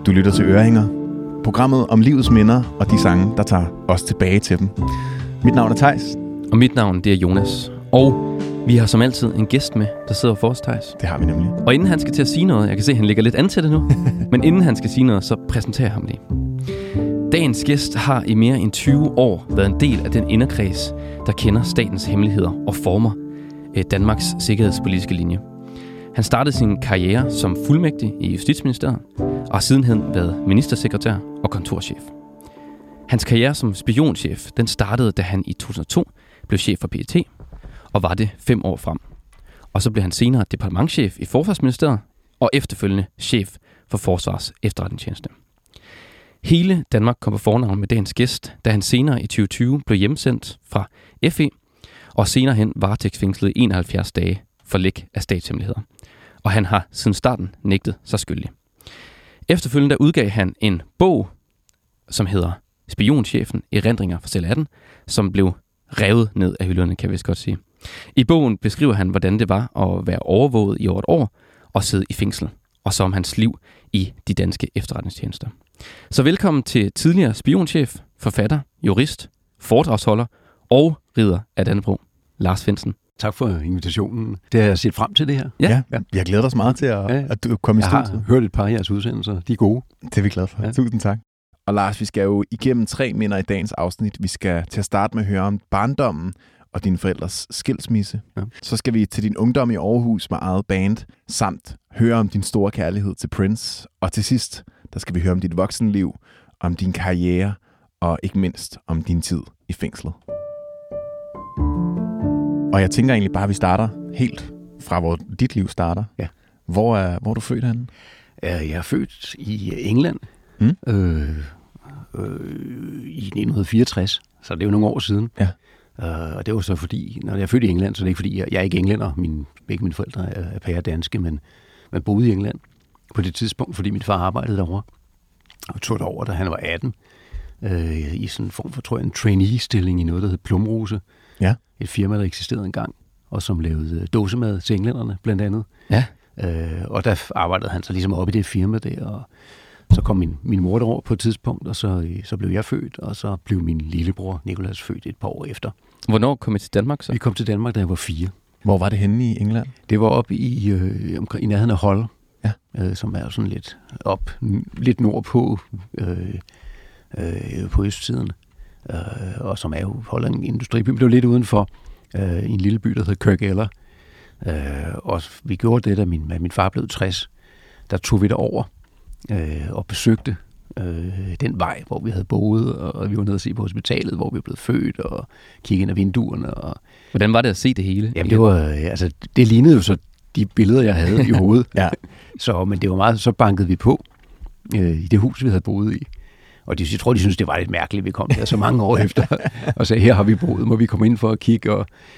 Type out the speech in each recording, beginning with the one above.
Du lytter til Ørehænger, programmet om livets minder og de sange, der tager os tilbage til dem. Mit navn er Theis. Og mit navn, det er Jonas. Og vi har som altid en gæst med, der sidder for os, Theis. Det har vi nemlig. Og inden han skal til at sige noget, jeg kan se, at han ligger lidt an til det nu, men inden han skal sige noget, så præsenterer jeg ham lige. Dagens gæst har i mere end 20 år været en del af den inderkreds, der kender statens hemmeligheder og former Danmarks sikkerhedspolitiske linje. Han startede sin karriere som fuldmægtig i Justitsministeriet, og har sidenhen været ministersekretær og kontorchef. Hans karriere som spionchef, den startede, da han i 2002 blev chef for PET, og var det 5 år frem. Og så blev han senere departementschef i Forsvarsministeriet, og efterfølgende chef for Forsvars Efterretningstjeneste. Hele Danmark kom på fornavn med dagens gæst, da han senere i 2020 blev hjemsendt fra FE, og senere hen varetægtsfængslet i 71 dage for læk af statshemmeligheder. Og han har siden starten nægtet sig skyldig. Efterfølgende udgav han en bog, som hedder Spionchefen, erindringer fra celle 18, som blev revet ned af hylderne, kan vi vist godt sige. I bogen beskriver han, hvordan det var at være overvåget i over et år og sidde i fængsel, og så om hans liv i de danske efterretningstjenester. Så velkommen til tidligere spionchef, forfatter, jurist, foredragsholder og ridder af Dannebrog, Lars Findsen. Tak for invitationen. Det har jeg set frem til det her. Ja. Vi har glædet os meget til at du komme i studiet. Jeg har hørt et par af jeres udsendelser. De er gode. Det er vi glade for. Ja. Tusind tak. Og Lars, vi skal jo igennem 3 minder i dagens afsnit. Vi skal til at starte med at høre om barndommen og dine forældres skilsmisse. Ja. Så skal vi til din ungdom i Aarhus med eget band, samt høre om din store kærlighed til Prince. Og til sidst, der skal vi høre om dit voksenliv, om din karriere og ikke mindst om din tid i fængslet. Og jeg tænker egentlig bare, at vi starter helt fra, hvor dit liv starter. Ja. Hvor er du født henne? Jeg er født i England i 1964, så det er jo nogle år siden. Ja. Og det var så fordi, når jeg er født i England, så det er ikke fordi, jeg er ikke englænder. Begge mine forældre er pæredanske, men boede i England på det tidspunkt, fordi min far arbejdede derovre. Og tog derover, da han var 18, i sådan en form for, tror jeg, en trainee-stilling i noget, der hed Plumrose. Ja. Et firma, der eksisterede engang, og som lavede dåsemad til englænderne, blandt andet. Ja. Og der arbejdede han så ligesom op i det firma der, og så kom min mor derover på et tidspunkt, og så blev jeg født, og så blev min lillebror Nicholas født et par år efter. Hvornår kom I til Danmark så? Vi kom til Danmark, da jeg var 4. Hvor var det henne i England? Det var oppe i nærheden af Hull, ja. Som er sådan lidt nordpå på østsiden, og som er jo Hull en industriby. Det var lidt udenfor i en lille by, der hedder Kirkella. Og vi gjorde det, da min far blev 60. Der tog vi derover og besøgte den vej, hvor vi havde boet, og vi var nede og se på hospitalet, hvor vi blev født, og kigge ind ad vinduerne. Og hvordan var det at se det hele? Jamen, det var, det lignede jo så de billeder, jeg havde i hovedet. Ja. Men det var meget, så bankede vi på i det hus, vi havde boet i. Og jeg tror, de synes det var lidt mærkeligt, vi kom der så mange år efter, og sagde, her har vi boet, må vi komme ind for at kigge,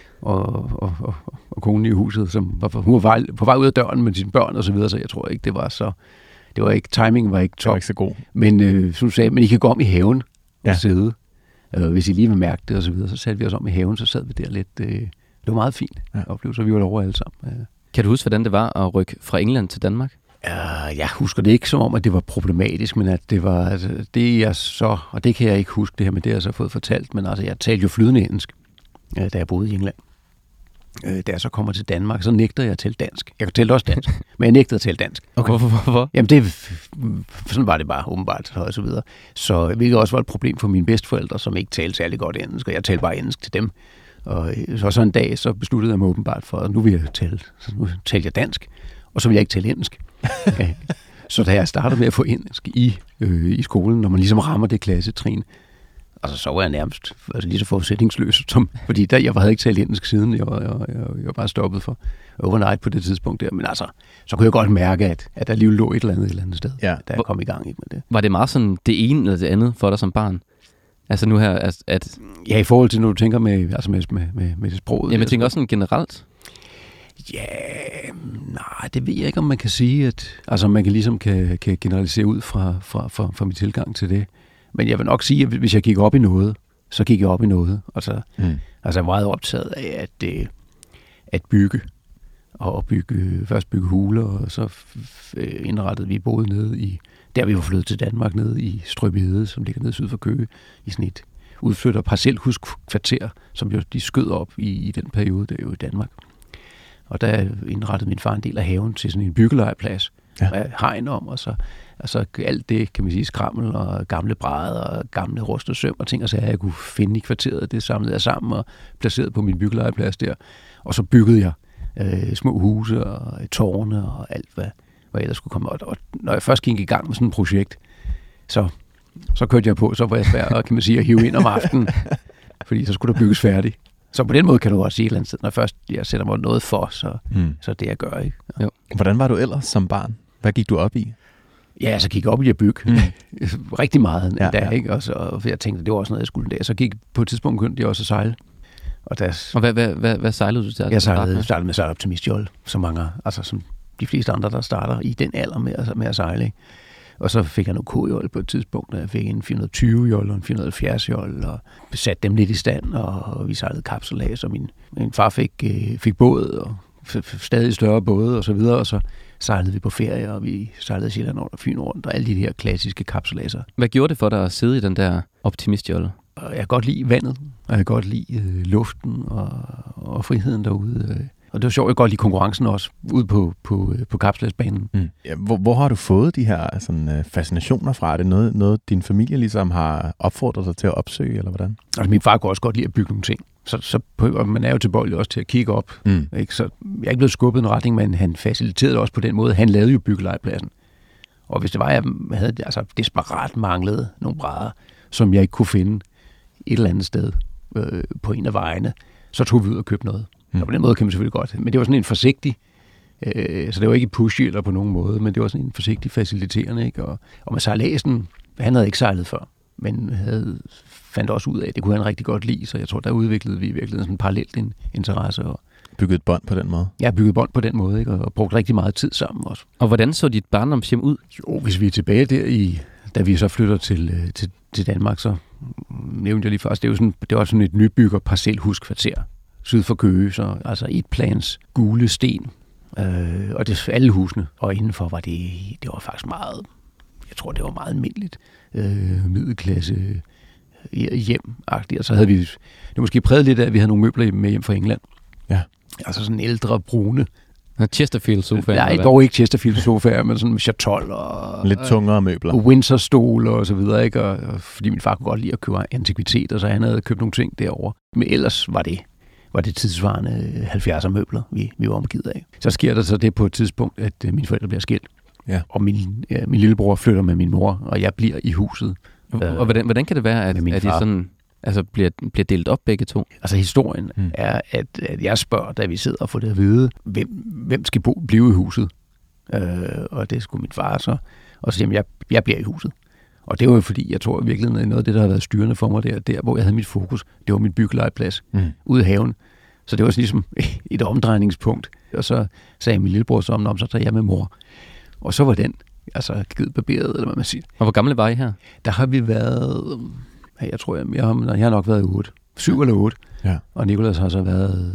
og konen i huset, hun var på vej ud af døren med sine børn og så videre, så jeg tror ikke, timingen var ikke top. Det var ikke så god. Men som du sagde, men I kan gå om i haven og sidde, hvis I lige vil mærke det og så videre, så satte vi os om i haven, så sad vi der lidt, det var meget fint oplevelse, vi var derovre alle sammen. Kan du huske, hvordan det var at rykke fra England til Danmark? Jeg husker det ikke som om, at det var problematisk, men at det var, det jeg så, og det kan jeg ikke huske det her, men det har jeg så fået fortalt, men jeg talte jo flydende engelsk, da jeg boede i England. Da jeg så kommer til Danmark, så nægter jeg at tale dansk. Jeg kan tale også dansk, men jeg nægter at tale dansk. Okay. Hvorfor? Jamen sådan var det bare åbenbart, og så videre. Så hvilket også var et problem for mine bedsteforældre, som ikke talte særlig godt engelsk, og jeg talte bare engelsk til dem. Og så en dag, så besluttede jeg mig åbenbart for, at nu talte jeg dansk, og så vil jeg ikke tale engelsk. Okay. Så da jeg startede med at få engelsk i skolen, når man ligesom rammer det klassetrin, altså så var jeg nærmest lige så forudsætningsløs, fordi jeg havde ikke talt engelsk siden, jeg var bare stoppet for overnight på det tidspunkt der, men altså, så kunne jeg godt mærke, at der alligevel lå et eller andet sted, da jeg kom i gang med det. Var det meget sådan det ene eller det andet for dig som barn? Altså nu her, at... Ja, i forhold til, når du tænker med det sproget. Ja, men jeg tænker også sådan generelt. Ja, nej, det ved jeg ikke, om man kan sige, at altså man kan ligesom kan generalisere ud fra min tilgang til det. Men jeg vil nok sige, at hvis jeg gik op i noget, så gik jeg op i noget. Altså jeg er meget optaget af at bygge. Og først bygge huler, og så indrettede vi boede nede i Der vi var flyttet til Danmark nede i Strøbyhede, som ligger nede syd for Køge, i sådan et udflytter parcelhuskvarter, som jo de skød op i den periode, der jo i Danmark. Og der indrettede min far en del af haven til sådan en byggelejrplads med hegn om, og så altså alt det, kan man sige, skrammel og gamle brædder og gamle rust og søm og ting, og så jeg kunne finde i kvarteret, det samlede jeg sammen og placerede på min byggelejrplads der. Og så byggede jeg små huse og tårne og alt, hvad ellers skulle komme. Og når jeg først gik i gang med sådan et projekt, så kørte jeg på, så var jeg svær, kan man sige, at hive ind om aftenen, fordi så skulle der bygges færdigt. Så på den måde kan du også sige et eller andet sted, når først jeg sætter mig noget for, så det jeg gør, ikke? Ja. Hvordan var du ellers som barn? Hvad gik du op i? Ja, så gik jeg op i at bygge. Rigtig meget der, ikke? Og jeg tænkte, det var også noget, jeg skulle der. Så gik på et tidspunkt begyndte jeg også at sejle. Og hvad sejlede du til? Jeg startede med at sejle optimistjolle, som mange, altså som de fleste andre, der starter i den alder med at sejle, ikke? Og så fik jeg nogle K-jolle på et tidspunkt, og jeg fik en 420-jolle og en 470-jolle, og satte dem lidt i stand, og vi sejlede kapsejlads, og min far fik båd, og stadig større både, og så videre, og så sejlede vi på ferie, og vi sejlede Sjælland rundt og Fyn rundt, og alle de her klassiske kapsejladser. Hvad gjorde det for dig at sidde i den der optimistjolle? Jeg kan godt lide vandet, og jeg kan godt lide luften og friheden derude. Og det var sjovt, jeg kan godt lide konkurrencen også, ude på kapsejladsbanen. Ja, hvor har du fået de her sådan, fascinationer fra? Er det noget din familie ligesom har opfordret dig til at opsøge, eller hvordan? Altså, min far kunne også godt lide at bygge nogle ting. Og man er jo tilbøjelig også til at kigge op. Ikke? Så jeg er ikke blevet skubbet i en retning, men han faciliterede også på den måde. Han lavede jo byggelejrpladsen. Og hvis det var, jeg havde desperat manglet nogle brædder, som jeg ikke kunne finde et eller andet sted på en af vejene, så tog vi ud og købte noget. Og på den måde kan man selvfølgelig godt. Men det var sådan en forsigtig, så det var ikke pushy eller på nogen måde, men det var sådan en forsigtig faciliterende. Ikke? Og med sejladsen, han havde ikke sejlet før, men fandt også ud af, at det kunne han rigtig godt lide, så jeg tror, der udviklede vi virkelig sådan en parallelt interesse. Og bygget et bånd på den måde? Ja, bygget bånd på den måde, ikke? Og brugte rigtig meget tid sammen også. Og hvordan så dit barndomshjem ud? Jo, hvis vi er tilbage der da vi så flytter til Danmark, så nævnte jeg lige først, det var sådan et nybygger parcelhuskvarter syd for Køge, så altså etplans gule sten, og det alle husene, og indenfor var det var faktisk meget, jeg tror det var meget almindeligt, middelklasse hjem-agtigt, og så havde vi, det måske præget lidt af, at vi havde nogle møbler med hjem fra England. Ja. Altså sådan ældre, brune. Chesterfield-sofaer? Nej, dog ikke Chesterfield-sofaer, men sådan med chatol og lidt tungere møbler. Og Windsor-stole og så videre, ikke? Og fordi min far kunne godt lide at købe antikviteter, så han havde købt nogle ting derovre. Men ellers var det tidsvarende 70'er møbler, vi var omgivet af. Så sker der så det på et tidspunkt, at mine forældre bliver skilt. Ja. Og min lillebror flytter med min mor, og jeg bliver i huset. Og hvordan kan det være, at de sådan, altså bliver delt op begge to? Altså historien er, at jeg spørger, da vi sidder og får det at vide, hvem skal blive i huset? Og det skulle min far så. Og så siger jeg bliver i huset. Og det var jo fordi, jeg tror i virkeligheden, noget af det, der har været styrende for mig der hvor jeg havde mit fokus, det var min byggelejrplads ude i haven. Så det var ligesom et omdrejningspunkt. Og så sagde min lillebror så tager jeg med mor. Og så var den givet barberet, eller hvad man siger. Og hvor gamle var I her? Der har vi været, jeg tror, jeg har nok været 8. 7 eller 8. Ja. Og Nicolas har så været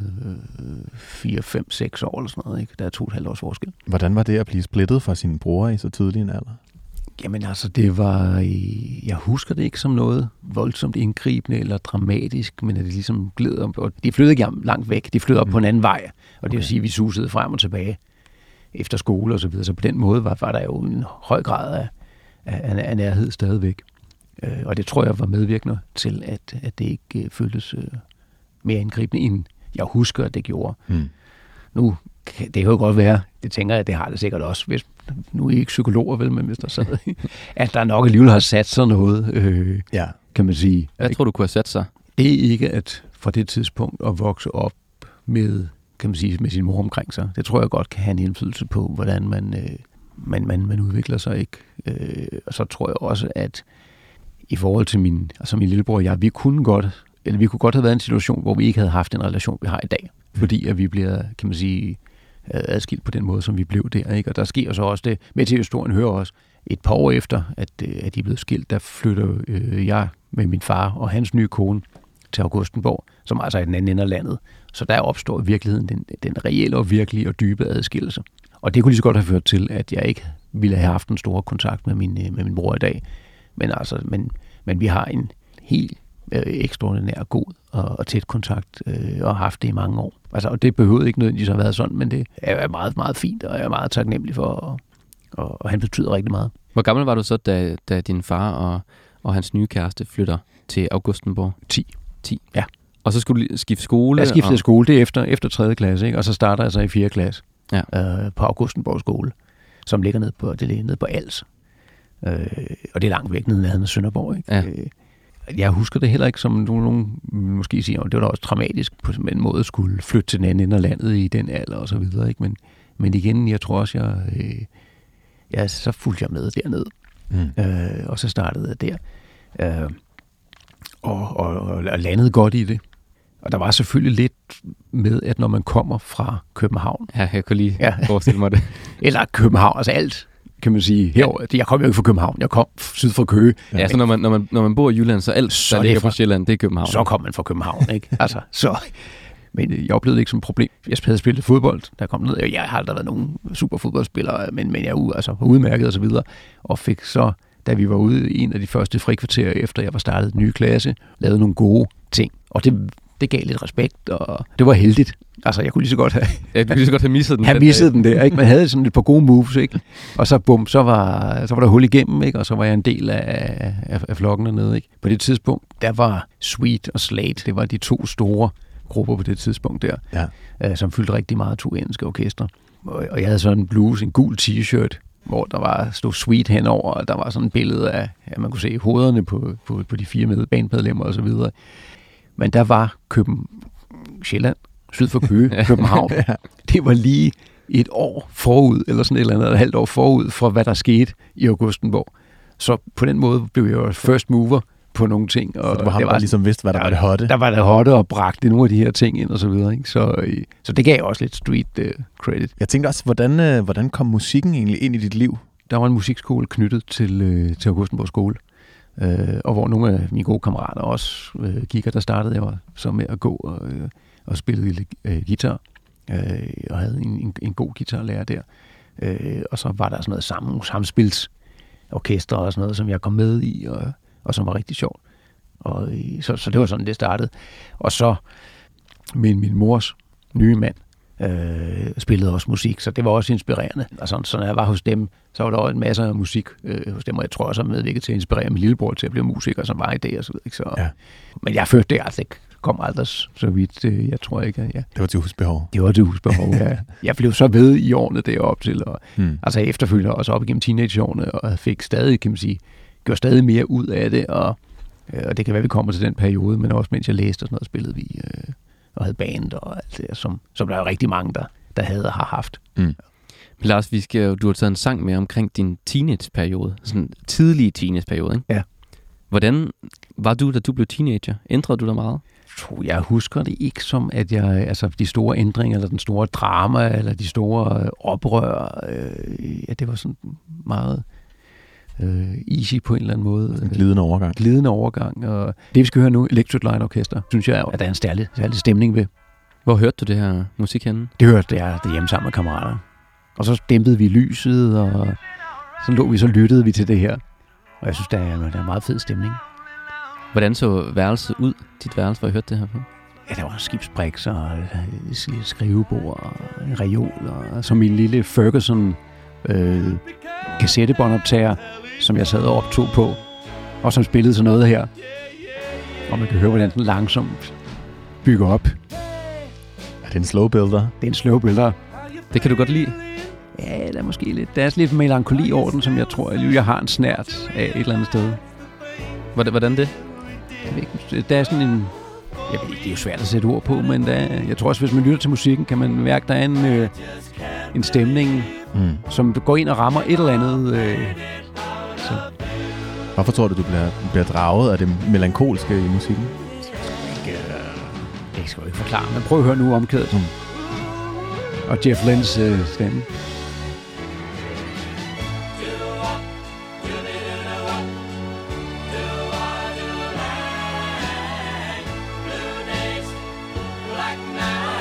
4, 5, 6 år eller sådan noget. Ikke? Der er 2,5 års forskel. Hvordan var det at blive splittet fra sine bror i så tidlig en alder? Jamen altså, det var, jeg husker det ikke som noget voldsomt indgribende eller dramatisk, men at det ligesom gled op, og de flyttede ikke langt væk, de flyttede op på en anden vej, og det vil sige, at vi susede frem og tilbage efter skole og så videre, så på den måde var der jo en høj grad af nærhed stadigvæk, og det tror jeg var medvirkende til, at det ikke føltes mere indgribende, end jeg husker, at det gjorde. Nu, det kan jo godt være, det tænker jeg, det har det sikkert også, hvis nu er I ikke psykologer, vel, men hvis der sad, at der nok alligevel har sat sig noget, kan man sige. Jeg tror, du kunne have sat sig. Det er ikke at fra det tidspunkt at vokse op med, kan man sige, med sin mor omkring sig. Det tror jeg godt kan have en indflydelse på, hvordan man udvikler sig, ikke? Og så tror jeg også, at i forhold til min lillebror og jeg, vi kunne godt have været i en situation, hvor vi ikke havde haft en relation, vi har i dag. Fordi at vi bliver, kan man sige, adskilt på den måde, som vi blev der, ikke? Og der sker så også det, med til historien hører også, et par år efter, at de er blevet skilt, der flytter jeg med min far og hans nye kone til Augustenborg, som altså er den anden ende af landet. Så der opstår i virkeligheden den reelle og virkelige og dybe adskillelse. Og det kunne lige så godt have ført til, at jeg ikke ville have haft en stor kontakt med min bror i dag. Men vi har en helt ekstraordinær god og tæt kontakt, og har haft det i mange år. Altså, og det behøvede ikke nødvendigvis at have været sådan, men det er meget, meget fint, og jeg er meget taknemmelig for, og han betyder rigtig meget. Hvor gammel var du så, da din far og hans nye kæreste flytter til Augustenborg? 10. Ja. Og så skulle du skifte skole? Jeg skiftede skole, det er efter 3. klasse, ikke? Og så starter jeg så i 4. klasse på Augustenborg skole, som ligger nede på Als. Og det er langt væk nede af Sønderborg, ikke? Ja. Jeg husker det heller ikke, som nogen måske siger, det var da også traumatisk på en måde at skulle flytte til den anden ende af landet i den alder og så videre, ikke? Men igen, jeg tror også, så fulgte jeg med dernede. Og så startede jeg der. Og landede godt i det. Og der var selvfølgelig lidt med, at når man kommer fra København... Ja, jeg kunne lige forestille mig det. Eller København, altså alt, kan man sige. Herovre, jeg kom jo ikke fra København, jeg kom syd fra Køge. Ja, så når man bor i Jylland, så alt, der ligger på Sjælland, det er København. Så kom man fra København, ikke? Altså, så... Men jeg oplevede det ikke som et problem. Jeg havde spillet fodbold, der kom ned. Jeg har aldrig været nogen superfodboldspiller, men jeg var udmærket og så videre. Og fik så, da vi var ude i en af de første frikvarterer, efter jeg var startet en ny klasse, lavet nogle gode ting. Og det gav lidt respekt, og det var heldigt. Altså, jeg kunne lige så godt have misset den. Misset den der, ikke? Man havde sådan et par gode moves, ikke? Og så bum, så var der hul igennem, ikke? Og så var jeg en del af flokken dernede, ikke? På det tidspunkt, der var Sweet og Slate, det var de 2 store grupper på det tidspunkt der, som fyldte rigtig meget 2 engelske orkestre. Og jeg havde sådan en blues, en gul t-shirt, hvor der stod Sweet henover, og der var sådan et billede af, at man kunne se hovederne på de 4 bandmedlemmer og så videre. Men der var Sjælland, syd for Køge, København. Det var lige et år forud, eller sådan et eller andet, et halvt år forud for, hvad der skete i Augustenborg. Så på den måde blev jeg jo first mover på nogle ting. Og så det var ham, der ligesom vidste, hvad der var det hotte? Der var det hotte og bragte nogle af de her ting ind og så videre. Ikke? Så det gav også lidt street credit. Jeg tænkte også, hvordan kom musikken egentlig ind i dit liv? Der var en musikskole knyttet til Augustenborg skole. Og hvor nogle af mine gode kammerater også gik, og der startede jeg så med at gå og spille guitar. Og havde en god guitarlærer der. Og så var der sådan noget samspilsorkester og sådan noget, som jeg kom med i, og som var rigtig sjovt. Og så det var sådan, det startede. Og så min mors nye mand spillede også musik, så det var også inspirerende. Altså, så når jeg var hos dem, så var der også en masse af musik hos dem, og jeg tror også, at jeg medvirkede til at inspirere min lillebror til at blive musiker, som var i det og så videre. Så, ja. Men jeg følte det altså ikke. Kom aldrig så vidt. Jeg tror ikke, at det var til husbehov. Det var til husbehov, ja. Jeg blev så ved i årene deroppe til, og altså efterfølgende også op igennem teenageårene, og fik stadig, kan man sige, gjorde stadig mere ud af det, og det kan være, vi kommer til den periode, men også mens jeg læste og sådan noget, spillede vi og havde band og alt det, som der er rigtig mange, der havde og har haft. Lars, du har taget en sang med omkring din teenageperiode, sådan tidlige teenageperiode, ikke? Ja. Hvordan var du, da du blev teenager? Ændrede du dig meget? Jeg husker det ikke som, at de store ændringer, eller den store drama, eller de store oprør, det var sådan meget easy på en eller anden måde. En glidende overgang. Glidende overgang. Og det, vi skal høre nu, Electric Light Orchestra, synes jeg, at der er en særlig stemning ved. Hvor hørte du det her musik henne? Det hørte jeg hjemme sammen med kammerater. Og så dæmpede vi lyset, og så lyttede vi til det her. Og jeg synes, der er en meget fed stemning. Hvordan så værelset ud, dit værelse, hvor I hørte det her på? Ja, der var skibsbriks og skrivebord og en reol, og så min lille Ferguson kassettebåndoptager, som jeg sad og optog på, og som spillede sådan noget her. Og man kan høre, hvordan den langsomt bygger op. Er det en slow builder? Det er en slow builder. Det kan du godt lide? Ja, der er måske lidt. Der er lidt melankoli over den, som jeg tror, jeg har en snært af et eller andet sted. Hvordan det? Der er sådan en... Jeg ved ikke, det er jo svært at sætte ord på, men jeg tror også, hvis man lytter til musikken, kan man mærke, der er en stemning, som går ind og rammer et eller andet. Hvorfor tror du bliver draget af det melankolske i musikken? Det skal jeg ikke forklare, men prøv at høre nu omkvædet. Og Jeff Lynnes stemme.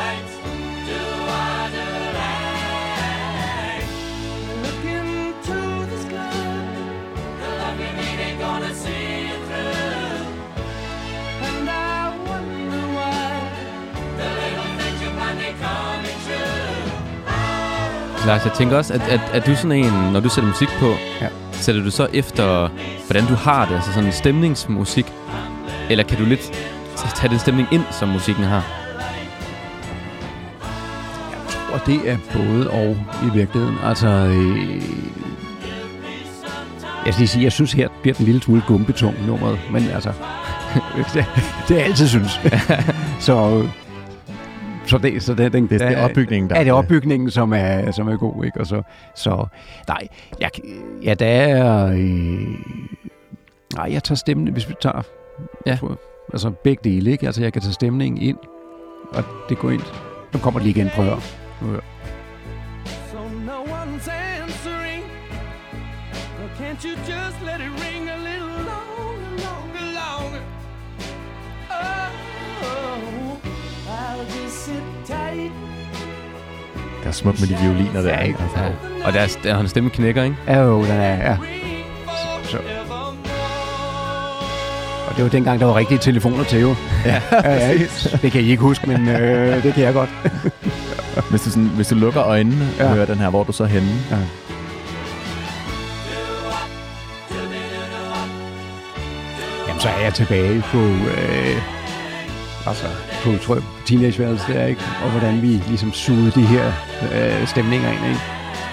Look into Lars, jeg tænker også, at du sådan en, når du sætter musik på, sætter du så efter, hvordan du har det, altså sådan en stemningsmusik, eller kan du lidt tage den stemning ind, som musikken har? Jeg tror, det er både og i virkeligheden. Altså, jeg skal lige sige, jeg synes her bliver den lille smule gumbetung nummeret, men altså, det er altid synes. Så det er den. Det er opbygningen, der. Ja, det er opbygningen, som er god, ikke? Og så nej, der er. Nej, jeg tager stemmen, hvis vi tager. Ja. Altså begge dele, ikke? Altså jeg kan tage stemningen ind, og det går ind. Nu kommer det lige igen, prøv at høre. So no one's answering. Well, can't you just let it ring a little longer? Oh, I'll just sit tight. Det er smukt med de violiner der, ikke? Altså. Ja. Og der er en stemme knækker, ikke? Ja, jo, den er, ja. Så. Og det var dengang, der var rigtige telefoner til, jo. Ja, det kan I ikke huske, men det kan jeg godt. Hvis du lukker øjnene og hører den her, hvor er du så henne? Ja. Jamen, så er jeg tilbage på tror jeg, teenageværelset der, ikke? Og hvordan vi ligesom sugede de her stemninger ind, ikke?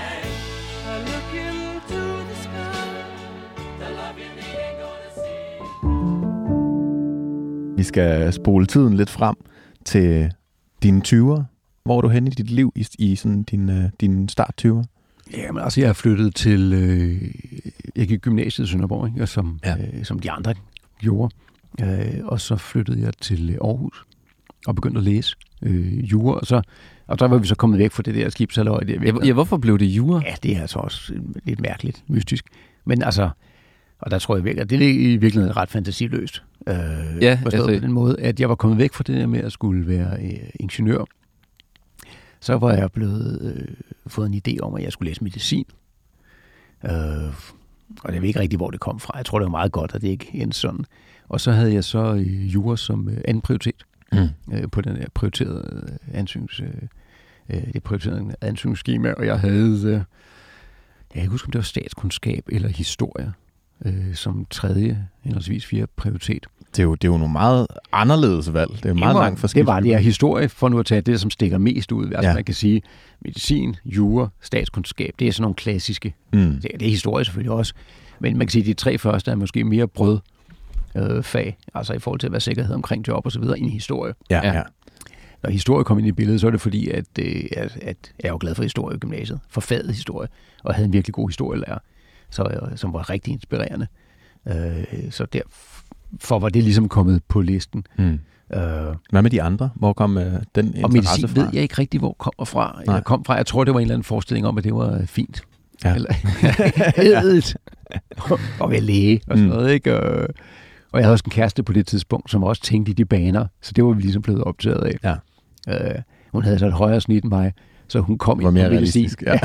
Vi skal spole tiden lidt frem til dine 20'er. Hvor er du henne i dit liv i sådan din start 20'er? Jamen altså, jeg er flyttet til jeg gik gymnasiet i Sønderborg, ikke? Som de andre gjorde. Og så flyttede jeg til Aarhus og begyndte at læse jura. Og så var vi så kommet væk fra det der skibshalløj. Ja, hvorfor blev det jura? Ja, det er altså også lidt mærkeligt, mystisk. Men altså, og der tror jeg virkelig, at det er i virkeligheden ret fantasiløst. På den måde, at jeg var kommet væk fra det der med at skulle være ingeniør. Så var jeg fået en idé om, at jeg skulle læse medicin. Og jeg ved ikke rigtig, hvor det kom fra. Jeg tror, det var meget godt, at det ikke endte sådan. Og så havde jeg så jura som anden prioritet på den her prioriterede ansøgningsskema. Og jeg havde, jeg kan ikke huske, om det var statskundskab eller historie som tredje, henholdsvis 4 prioritet. Det er jo nogle meget anderledes valg. Det er jo meget langt forskelligt. Det var det her historie, for nu at tage det, som stikker mest ud. Altså man kan sige, medicin, jura, statskundskab, det er sådan nogle klassiske. Det er historie selvfølgelig også. Men man kan sige, at de 3 første er måske mere brødfag, altså i forhold til at være sikkerhed omkring job og så videre, end historie. Ja. Når historie kom ind i billedet, så er det fordi, at jeg er jo glad for historie i gymnasiet, for faget historie, og havde en virkelig god historielærer, som var rigtig inspirerende. Så derfor var det ligesom kommet på listen. Hvad med de andre? Hvor kom den interesse fra? Og medicin ved jeg ikke rigtig, hvor kommer fra. Jeg tror, det var en eller anden forestilling om, at det var fint. Ja. Eller ædelt. Og være læge og sådan noget, ikke? Og jeg havde også en kæreste på det tidspunkt, som også tænkte i de baner. Så det var vi ligesom blevet optaget af. Ja. Hun havde så et højere snit end mig, så hun kom ind på medicin. Ja.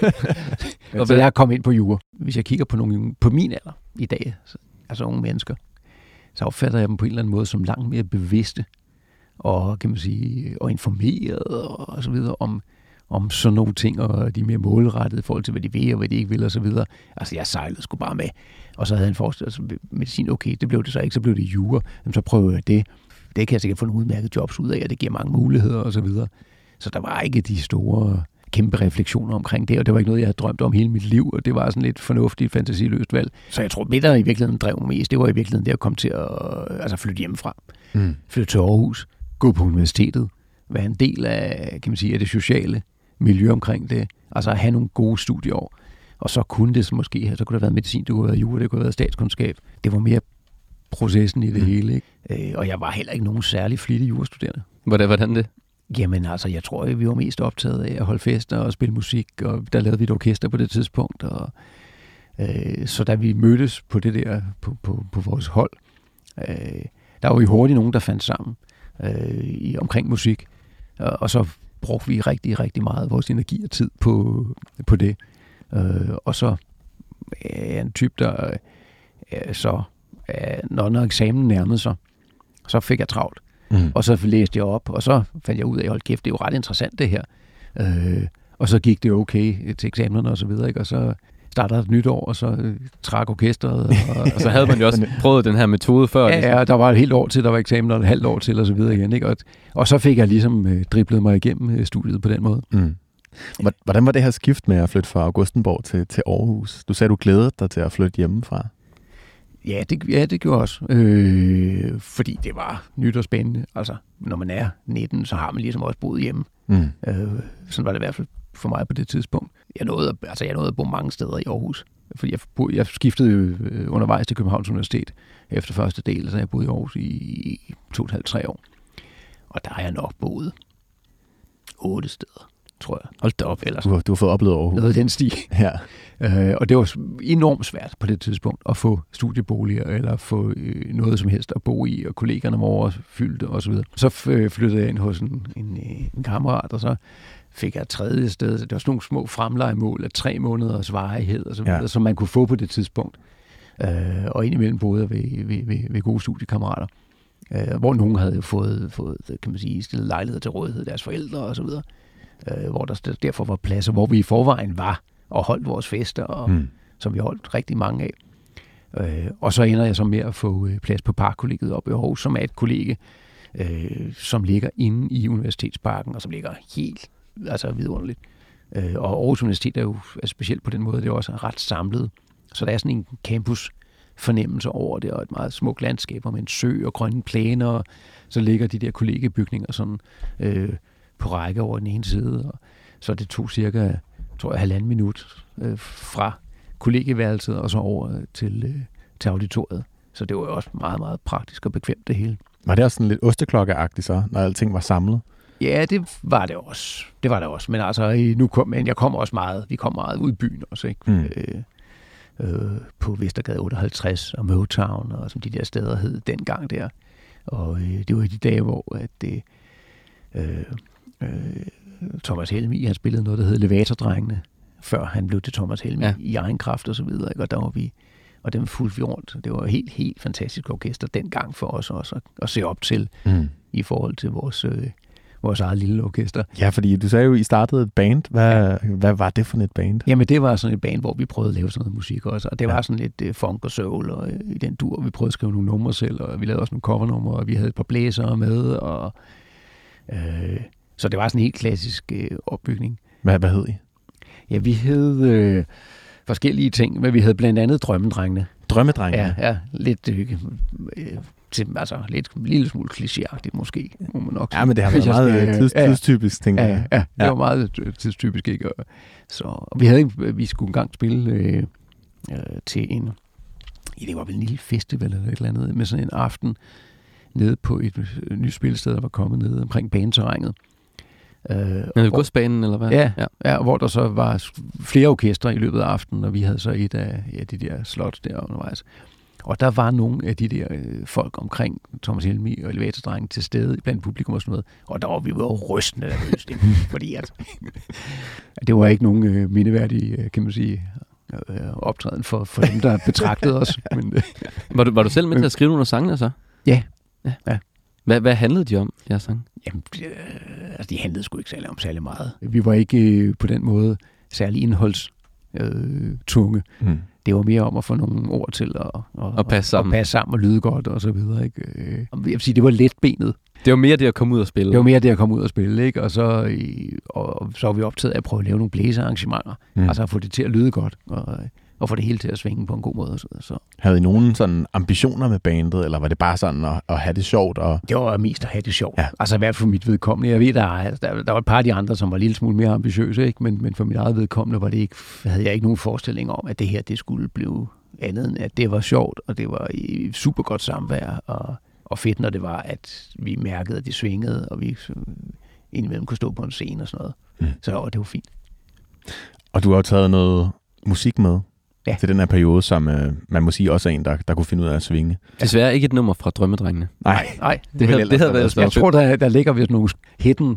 Så jeg kom ind på jura. Hvis jeg kigger på min alder i dag, altså unge mennesker, så opfatter jeg dem på en eller anden måde som langt mere bevidste og, kan man sige, og informeret og så videre om sådan nogle ting, og de er mere målrettede i forhold til, hvad de vil og hvad de ikke vil og så videre. Altså, jeg sejlede sgu bare med. Og så havde jeg en forestilling, altså medicin, okay, det blev det så ikke, så blev det jura. Jamen, så prøver jeg det. Det kan jeg sikkert få nogle udmærket jobs ud af, og det giver mange muligheder og så videre. Så der var ikke de store, kæmpe refleksioner omkring det, og det var ikke noget, jeg havde drømt om hele mit liv, og det var sådan lidt fornuftigt, fantasiløst valg. Så jeg tror, det der i virkeligheden drev mig mest, det var i virkeligheden det at komme til at flytte hjemmefra. Flytte til Aarhus, gå på universitetet, være en del af, kan man sige, af det sociale miljø omkring det, altså at have nogle gode studieår. Og så kunne det måske, så kunne det have været medicin, det kunne have været jura, det kunne have været statskundskab. Det var mere processen i det hele, ikke? Og jeg var heller ikke nogen særlig flittig jurastuderende. Hvordan det? Jamen altså, jeg tror, vi var mest optaget af at holde fester og spille musik, og der lavede vi et orkester på det tidspunkt. Og, så da vi mødtes på det der, på vores hold, der var vi hurtigt nogen, der fandt sammen omkring musik. Og så brugte vi rigtig, rigtig meget vores energi og tid på det. Og så er jeg en type, der når eksamen nærmede sig, så fik jeg travlt. Og så læste jeg op, og så fandt jeg ud af, hold kæft, det er jo ret interessant det her. Og så gik det okay til eksamenerne og så videre, ikke? Og så starter et nyt år, og så trak orkestret. Og så havde man jo også prøvet den her metode før. Ja, der var et helt år til, der var eksamener, og et halvt år til, og så videre igen, ikke? Og så fik jeg ligesom driblet mig igennem studiet på den måde. Mm. Hvordan var det her skift med at flytte fra Augustenborg til Aarhus? Du sagde, du glædede dig til at flytte hjemmefra. Ja, det gjorde også. Fordi det var nyt og spændende. Altså, når man er 19, så har man ligesom også boet hjemme. Mm. Sådan var det i hvert fald for mig på det tidspunkt. Jeg nåede at bo mange steder i Aarhus. Fordi jeg skiftede undervejs til Københavns Universitet efter første del, så jeg boede i Aarhus i 2,5-3 år. Og der har jeg nok boet 8 steder, tror jeg. Hold da op ellers. Du har fået oplevet Aarhus. Noget den sti. Ja. Og det var enormt svært på det tidspunkt at få studieboliger eller få noget som helst at bo i, og kollegerne var overfyldte osv. Så flyttede jeg ind hos en kammerat, og så fik jeg et tredje sted. Det var sådan nogle små fremlejemål af 3 måneders varighed, og så videre, som man kunne få på det tidspunkt. Og indimellem boede jeg ved gode studiekammerater, hvor nogen havde fået, kan man sige, stillet lejligheder til rådighed, deres forældre og så videre. Hvor der derfor var pladser, hvor vi i forvejen var og holdt vores fester, og, som vi holdt rigtig mange af. Og så ender jeg så med at få plads på Parkkollegiet oppe i Aarhus, som er et kollegie, som ligger inde i Universitetsparken, og som ligger helt vidunderligt. Og Aarhus Universitet er jo specielt på den måde, det er også ret samlet. Så der er sådan en campus-fornemmelse over det, og et meget smukt landskab med en sø og grønne plæner, og så ligger de der kollegiebygninger sådan på række over den ene side. Og så det tog cirka, tror jeg, 1,5 minut fra kollegieværelset og så over til auditoriet. Så det var jo også meget, meget praktisk og bekvemt det hele. Var det også sådan lidt osteklokkeagtigt så, når alting var samlet? Ja, det var det også. Men altså, jeg kom også meget, vi kom meget ud i byen også, ikke? På Vestergade 58 og Motown, og som de der steder hed dengang der. Og det var i de dage, hvor Thomas Helmig, han spillede noget, der hed Levatordrengene, før han blev til Thomas Helmig i egen kraft og så videre, ikke? Og der var vi, og dem fulgte vi rundt. Det var helt, helt fantastisk orkester dengang for os også at se op til i forhold til vores eget lille orkester. Ja, fordi du sagde jo, I startede et band. Hvad var det for et band? Jamen, det var sådan et band, hvor vi prøvede at lave sådan noget musik også. Og det var sådan lidt funk og soul og i den dur. Vi prøvede at skrive nogle numre selv, og vi lavede også nogle covernumre, og vi havde et par blæsere med. Og, så det var sådan en helt klassisk opbygning. Hvad hed I? Ja, vi hed forskellige ting, men vi havde blandt andet Drømmedrengene. Drømmedrengene? Ja, lidt lidt en lille smule klichéagtigt måske, må man nok sige. Ja, men det har været meget tidstypisk, tænker jeg. Ja, det var meget tidstypisk, ikke? Så vi skulle engang spille til det var vel en lille festival eller et eller andet, med sådan en aften nede på et nyt spilsted, der var kommet nede omkring baneterrænet. Med godsbanen, eller hvad? Ja, hvor der så var flere orkestre i løbet af aftenen, og vi havde så et af de der slots der undervejs. Og der var nogle af de der folk omkring Thomas Helmig og Elevatordrengen til stede blandt publikum og sådan noget. Og der var vi jo rystende nervøst, fordi at det var ikke nogen mindeværdige, kan man sige, optræden for dem, der betragtede os. Men, var du selv med til at skrive nogle af sangene så? Ja. Hvad handlede de om, jeres sang? Jamen, de handlede sgu ikke særlig meget. Vi var ikke på den måde særlig indholdstunge. Det var mere om at få nogle ord til at passe sammen og lyde godt og så videre, ikke? Jeg vil sige, det var letbenet. Det var mere det at komme ud og spille. Ikke? Og så var vi optaget af at prøve at lave nogle blæsearrangementer. Altså at få det til at lyde godt og få det hele til at svinge på en god måde. Så. Havde I nogen sådan ambitioner med bandet, eller var det bare sådan at have det sjovt? Det var mest at have det sjovt. Ja. Altså i hvert fald for mit vedkommende. Jeg ved, der var et par af de andre, som var en lille smule mere ambitiøse, ikke? Men for mit eget vedkommende havde jeg ikke nogen forestilling om, at det her det skulle blive andet end, at det var sjovt, og det var i super godt samvær, og fedt, når det var, at vi mærkede, at det svingede, og vi indimellem kunne stå på en scene og sådan noget. Så det var fint. Og du har taget noget musik med til den her periode, som man må sige også er en, der kunne finde ud af at svinge. Desværre ikke et nummer fra Drømmedrengene. Nej. Det havde været. Jeg tror, der ligger vist nogle hidden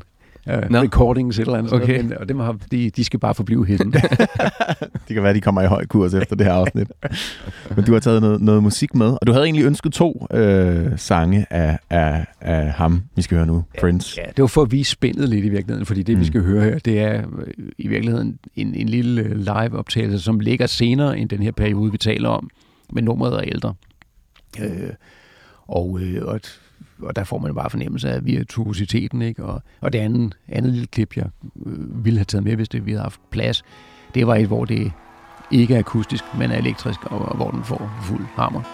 recordings et eller andet. Okay. Sådan, og dem har, de skal bare forblive hidden. Det kan være, de kommer i høj kurs efter det her afsnit. Men du har taget noget musik med, og du havde egentlig ønsket 2 sange af ham, vi skal høre nu, Prince. Ja, det var for at vise spændet lidt i virkeligheden, fordi det, vi skal høre her, det er i virkeligheden en lille live-optagelse, som ligger senere end den her periode, vi taler om, men nummeret er ældre. Og der får man bare fornemmelse af virtuositeten, ikke? Og det andet lille klip, jeg ville have taget med, hvis vi havde haft plads, det var et, hvor det ikke er akustisk, men er elektrisk, og hvor den får fuld hammer.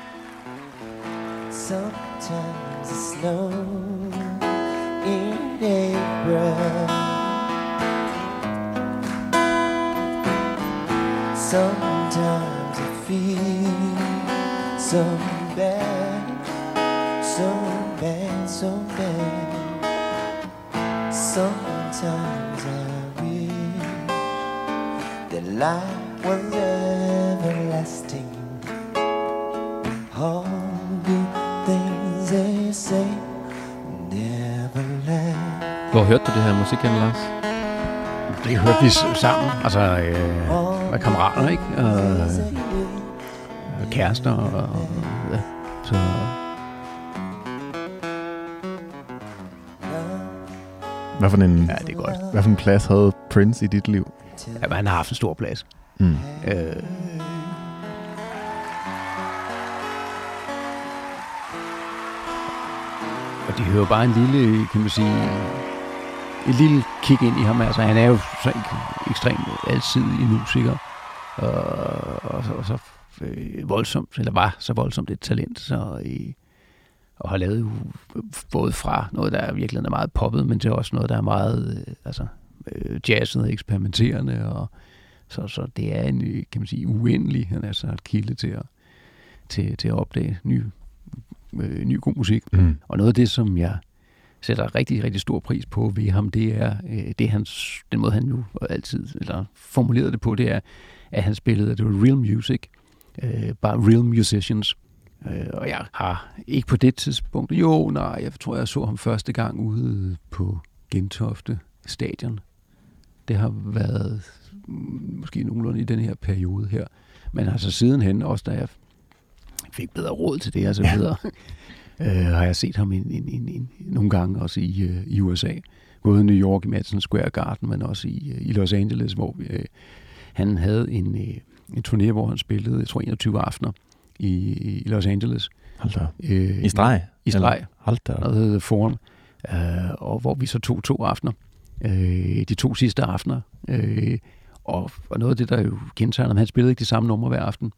Sometimes it's snow in April. Sometimes I feel so bad, so bad, so bad. Sometimes I wish that life was everlasting. All the things they say never last. Hvor hørte du det her musik, Lars? Det hørte vi sammen, altså med kammerater, ikke? Kærester og ja, så... Hvad for en, ja, det er godt. Hvad for en plads havde Prince i dit liv? Ja, han har haft en stor plads. Og de hører bare en lille, kan man sige, et lille kig ind i ham. Altså, han er jo så ekstremt alsidig musiker, og så voldsomt, eller var så voldsomt et talent, så og har lavet både fra noget, der virkelig er meget poppet, men til også noget, der er meget jazzet og eksperimenterende, og så det er en, kan man sige, uendelig, han er så et kilde til at opdage ny god musik. Og noget af det, som jeg sætter rigtig, rigtig stor pris på ved ham, det er den måde, han jo altid formulerede det på, det er, at han spillede, det var real music, bare real musicians. Og jeg har ikke på det tidspunkt, jeg tror, jeg så ham første gang ude på Gentofte Stadion. Det har været måske nogenlunde i den her periode her. Men altså sidenhen, også da jeg fik bedre råd til det og så videre, har jeg set ham nogle gange også i USA. Både i New York i Madison Square Garden, men også i Los Angeles, hvor han havde en turné, hvor han spillede, jeg tror, 21 aftener i Los Angeles. Hold da. I streg? I streg. Hold da. Og det hedder Forum. Og hvor vi så tog 2 aftener. De 2 sidste aftener. Og noget af det, der jo kendetegner, han spillede ikke de samme numre hver aften.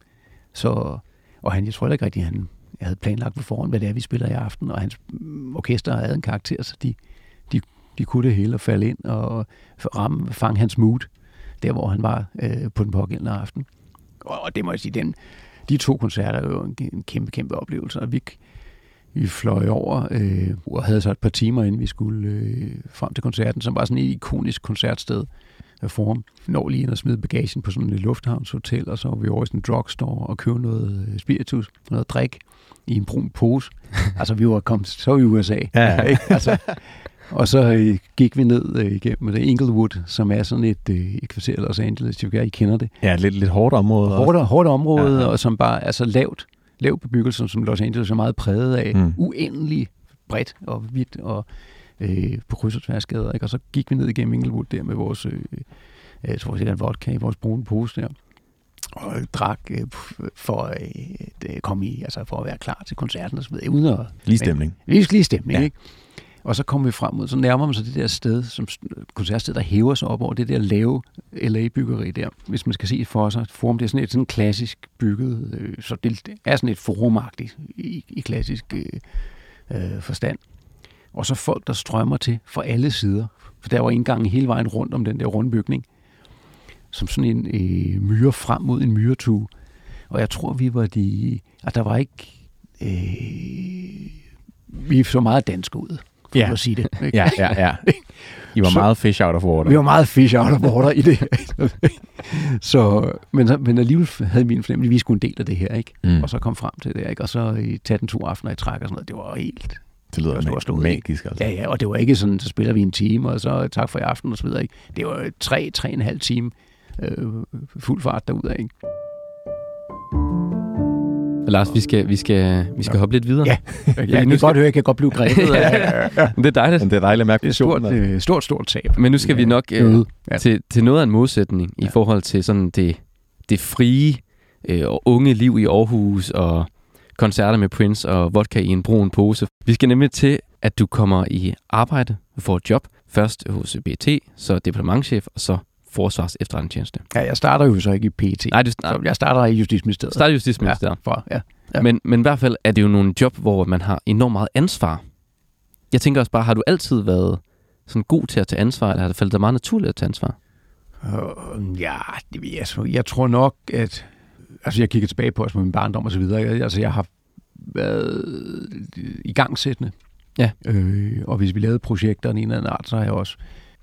Og jeg tror ikke rigtig, han havde planlagt på forhånd, hvad det er, vi spiller i aften. Og hans orkester havde en karakter, så de kunne det hele og falde ind og fange hans mood, der hvor han var på den pågældende aften. Og det må jeg sige, de 2 koncerter er jo en kæmpe, kæmpe oplevelse. Og vi fløj over og havde så et par timer, inden vi skulle frem til koncerten, som var sådan et ikonisk koncertsted Forum. Når lige ind og smide bagagen på sådan et lufthavnshotel, og så var vi over i sådan en drugstore og købte noget spiritus, noget drik i en brun pose. Altså vi var kommet så i USA. Ja. Ikke? Altså, og så gik vi ned igennem Inglewood, som er sådan et kvarter i Los Angeles. I kender det. Ja, lidt hårdt område. Hårdt område, ja. Og som bare er så lav bebyggelse, som Los Angeles er meget præget af. Uendelig bredt og vidt og på kryds og tværsgader. Ikke? Og så gik vi ned igennem Inglewood der med vores vodka i vores brune pose der. Og drak for at komme i, altså for at være klar til koncerten og så videre. Uden at... Lige stemning. Lige stemning, ja. Ikke? Og så kom vi frem mod, så nærmer man sig det der sted, som koncertsted, der hæver sig op over det der lave LA-byggeri der. Hvis man skal se for sig, et forum, det er sådan et klassisk bygget, så det er sådan et forumagtigt i klassisk forstand. Og så folk, der strømmer til fra alle sider. For der var indgangen hele vejen rundt om den der rundbygning, som sådan en myre frem mod en myretue. Og jeg tror, vi var der var ikke... vi så meget dansk ud. For at sige det. Ikke? Ja. I var meget fish out of water. Vi var meget fish out of water i det. Men alligevel havde vi en fornemmelse, at vi skulle en del af det her, ikke? Og så kom frem til det, ikke? Og så tage den 2 aftener i træk og sådan noget. Det var helt Det lyder magisk, altså. Ja, og det var ikke sådan, så spiller vi en time, og så tak for i aften, og så videre, ikke? Det var 3,5 time fuld fart derudad, ikke? Lars, vi skal hoppe lidt videre. Ja, jeg kan godt høre, jeg kan godt blive grebet. Det er dejligt. Men det er dejligt at mærke. Det er stort tab. Men nu skal vi nok til noget af en modsætning i forhold til sådan det frie og unge liv i Aarhus og koncerter med Prince og vodka i en brun pose. Vi skal nemlig til, at du kommer i arbejde for et job. Først hos BT, så departementschef, og så Forsvars Efterretningstjeneste. Ja, jeg starter jo så ikke i PET. Nej, jeg starter i Justitsministeriet. Starter i Justitsministeriet. Ja. Men i hvert fald er det jo nogle job, hvor man har enormt meget ansvar. Jeg tænker også bare, har du altid været sådan god til at tage ansvar, eller har det faldet dig meget naturligt at tage ansvar? Jeg tror nok, at... Altså, jeg kigger tilbage på os med min barndom og så videre. Jeg har været igangsættende. Ja. Og hvis vi lavede projekter af en eller anden art, så har jeg også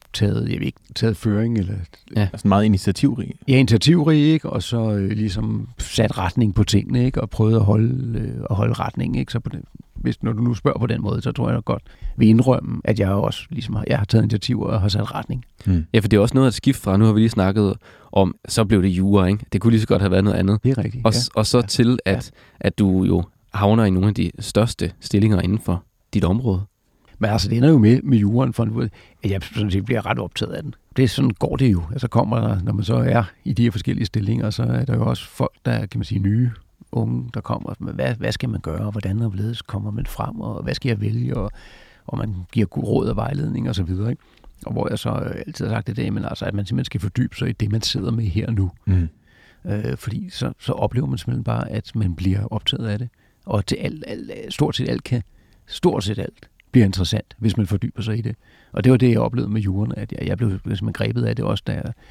taget føring. Eller, altså meget initiativrig. Ja, initiativrig, ikke? Og så ligesom sat retning på tingene, ikke? Og prøvet at holde retning, ikke? Så på det, når du nu spørger på den måde, så tror jeg nok godt vil indrømme, at jeg også ligesom har taget initiativer og har sat retning. Ja, for det er også noget at skifte fra. Nu har vi lige snakket om, så blev det jura, ikke? Det kunne lige så godt have været noget andet. Det er rigtigt, og så til, at du jo havner i nogle af de største stillinger inden for dit område. Men altså, det ender jo med juraen, for at jeg sådan set bliver ret optaget af den. Det er sådan, går det jo. Altså kommer der, når man så er i de her forskellige stillinger, så er der jo også folk, der kan man sige nye unge, der kommer med, hvad skal man gøre, og hvordan og hvorledes kommer man frem, og hvad skal jeg vælge, og man giver god råd og vejledning og så videre, ikke? Og hvor jeg så altid har sagt det, men altså, at man simpelthen skal fordybe sig i det, man sidder med her nu. Fordi så oplever man simpelthen bare, at man bliver optaget af det. Og til stort set alt bliver interessant, hvis man fordyber sig i det. Og det var det, jeg oplevede med jurerne, at jeg blev simpelthen grebet af det også, da jeg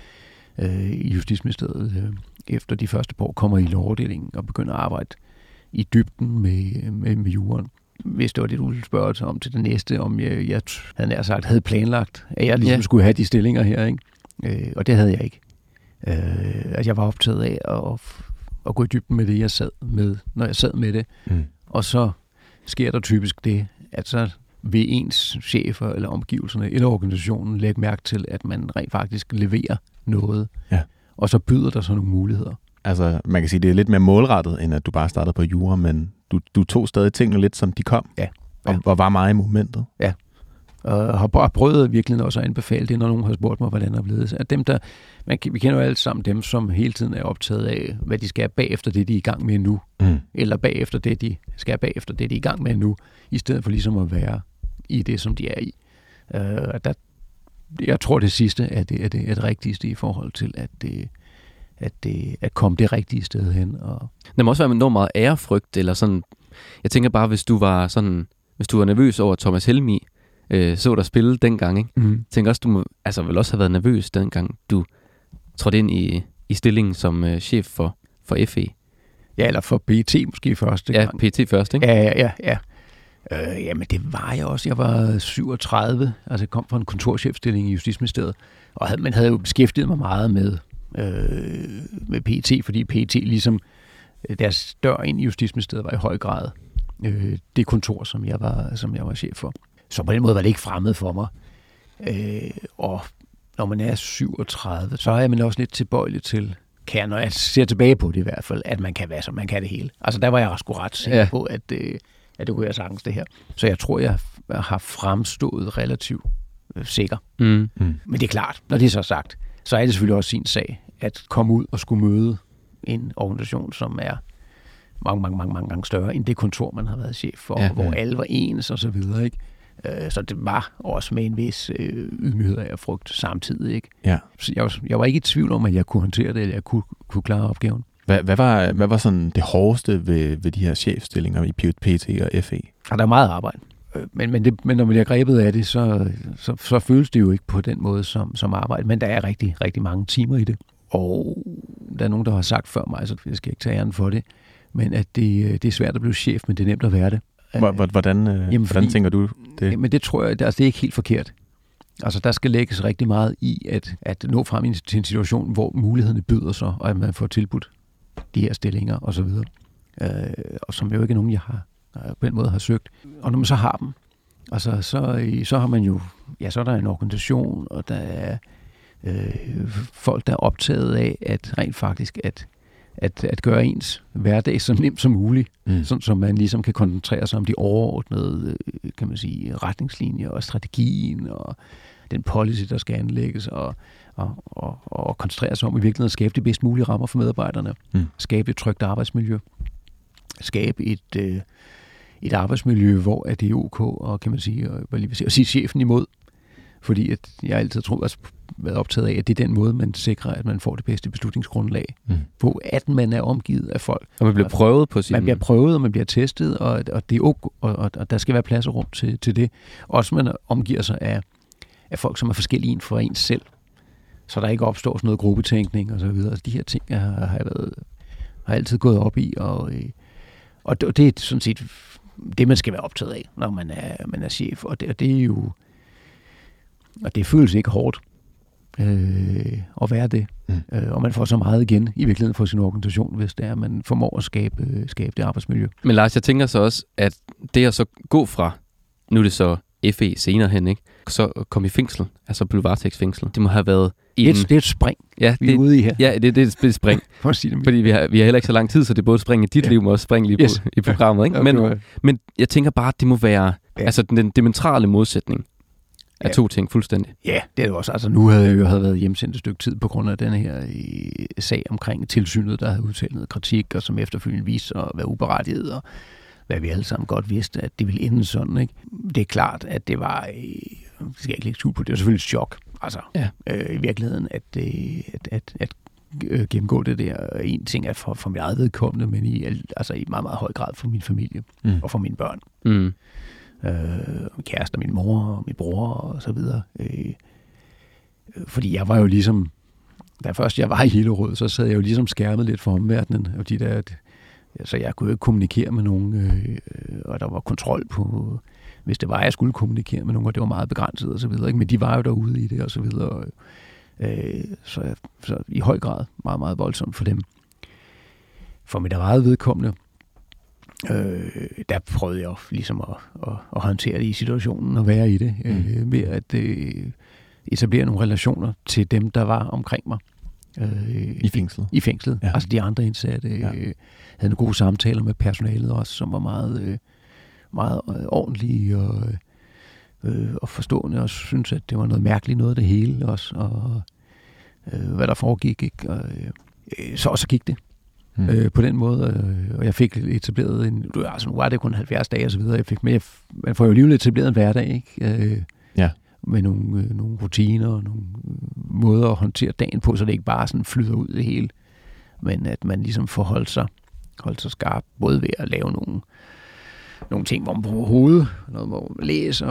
i Justitsministeriet efter de første par år kommer i lovafdelingen og begynder at arbejde i dybden med jureren. Hvis det var det, du ville spørge om til det næste, om jeg havde nær sagt, havde planlagt, at jeg ligesom skulle have de stillinger her, ikke? Og det havde jeg ikke. At jeg var optaget af at gå i dybden med det, jeg sad med, når jeg sad med det. Og så sker der typisk det, at så vil ens chefer eller omgivelserne eller organisationen lægge mærke til, at man rent faktisk leverer noget. Ja. Og så byder der så nogle muligheder. Altså, man kan sige, det er lidt mere målrettet, end at du bare startede på jura, men du tog stadig tingene lidt, som de kom. Ja. Og var meget i momentet. Ja. Og har prøvet virkelig også at anbefale det, når nogen har spurgt mig, hvordan det er blevet. At dem, vi kender jo alle sammen dem, som hele tiden er optaget af, hvad de skal bagefter det, de er i gang med nu. Eller bagefter det, de skal bagefter det, de er i gang med nu, i stedet for ligesom at være i det, som de er i. Jeg tror, det sidste er det rigtigste i forhold til, at komme det rigtige sted hen. Og der må også være enormt meget ærefrygt, eller sådan. Jeg tænker bare, hvis du var nervøs over Thomas Helmig, så der spille dengang, ikke? Jeg tænker også, du må vel også have været nervøs dengang, du trådte ind i stillingen som chef for FE. Ja, eller for PET måske først. Ja, PET først, ikke? Ja. Jamen, det var jeg også. Jeg var 37, altså jeg kom fra en kontorchefstilling i Justitsministeriet, og havde jo beskæftiget mig meget med PET, fordi PET ligesom deres dør ind i Justitsministeriet var i høj grad det kontor, som jeg var chef for. Så på den måde var det ikke fremmed for mig. Og når man er 37, så er man også lidt tilbøjelig til, når jeg ser tilbage på det i hvert fald, at man kan være, så man kan det hele. Altså der var jeg sgu ret sikker på, at det kunne jeg sagtens det her. Så jeg tror, jeg har fremstået relativt sikker. Men det er klart, når det er så sagt, så er det selvfølgelig også sin sag, at komme ud og skulle møde en organisation, som er mange gange større end det kontor, man har været chef for, hvor alle var ens og så videre, ikke? Så det var også med en vis ydmyghed og frygt samtidig, ikke? Ja. Så jeg var ikke i tvivl om, at jeg kunne håndtere det, eller jeg kunne klare opgaven. Hvad var sådan det hårdeste ved de her chefstillinger i PET og FE? Der er meget arbejde. Men når man bliver grebet af det, så føles det jo ikke på den måde som arbejde. Men der er rigtig, rigtig mange timer i det. Og der er nogen, der har sagt før mig, så jeg skal ikke tage æren for det, men at det er svært at blive chef, men det er nemt at være det. Hvordan tænker du det? Jamen det tror jeg, det er ikke helt forkert. Altså der skal lægges rigtig meget i at nå frem til en situation, hvor mulighederne byder sig, og at man får tilbudt de her stillinger og så videre. Og som jo ikke er nogen, jeg har på den måde har søgt. Og når man så har dem, Altså, så har man jo, så er der en organisation, og der er folk, der er optaget af, at rent faktisk, at gøre ens hverdag så nemt som muligt, sådan, så man ligesom kan koncentrere sig om de overordnede, kan man sige, retningslinjer og strategien og den policy, der skal anlægges, og koncentrere sig om i virkeligheden at skabe de bedst mulige rammer for medarbejderne, skabe et trygt arbejdsmiljø, skabe et arbejdsmiljø, hvor det er ok, og kan man sige, at sige chefen imod, fordi at jeg altid tror, at været optaget af, at det er den måde, man sikrer, at man får det bedste beslutningsgrundlag på, at man er omgivet af folk. Og man bliver prøvet på sin... Man bliver prøvet, og man bliver testet, og det er ok, og der skal være plads og rum til det. Også man omgiver sig af folk, som er forskellige en for ens selv, så der ikke opstår sådan noget gruppetænkning og så videre. De her ting har altid gået op i, og det er sådan set det, man skal være optaget af, når man er chef, og det er jo... Og det føles ikke hårdt at være det. Og man får så meget igen i virkeligheden for sin organisation, hvis det er, at man formår at skabe det arbejdsmiljø. Men Lars, jeg tænker så også, at det at så gå fra, nu er det så FE senere hen, ikke? Så kom i fængsel, altså blev varetægtsfængsel. Det må have været det er et spring, vi er ude i her. Ja, det er et spring. Fordi vi har heller ikke så lang tid, så det er både et spring i dit liv, men også spring lige i programmet. Ikke? Men jeg tænker bare, at det må være altså den diametrale modsætning af to ting fuldstændig. Ja, det er jo også. Altså nu havde jeg jo været hjemsendt et stykke tid på grund af den her sag omkring tilsynet, der havde udtalt noget kritik, og som efterfølgende viste at være uberettiget, og hvad vi alle sammen godt vidste, at det ville ende sådan. Ikke? Det er klart, at det var, det skal jeg ikke lægge skjul på, det var selvfølgelig et chok. Altså, i virkeligheden, at gennemgå det der. En ting er for mit eget vedkommende, men i meget, meget høj grad for min familie og for mine børn. Min kæreste og min mor og min bror og så videre. Fordi jeg var jo ligesom, da først jeg var i Hillerød, så sad jeg jo ligesom skærmet lidt for omverdenen, og så jeg kunne jo ikke kommunikere med nogen, og der var kontrol på, hvis det var, jeg skulle kommunikere med nogen, og det var meget begrænset og så videre, ikke? Men de var jo derude i det og så videre. Så i høj grad meget, meget voldsomt for dem. For mit eget vedkommende, der prøvede jeg ligesom at håndtere det i situationen og være i det, ved at etablere nogle relationer til dem, der var omkring mig. I fængslet? I fængslet. Ja. Altså de andre indsatte havde nogle gode samtaler med personalet også, som var meget, meget ordentlige og forstående, og synes at det var noget mærkeligt noget af det hele også, og hvad der foregik, ikke? Og, så gik det. På den måde, og jeg fik etableret nu var det kun 70 dage og så videre, man får jo alligevel etableret en hverdag, ikke? Med nogle rutiner og nogle måder at håndtere dagen på, så det ikke bare sådan flyder ud det hele, men at man ligesom får holdt sig skarp, både ved at lave nogle ting, hvor man bruger hovedet, noget, hvor man læser,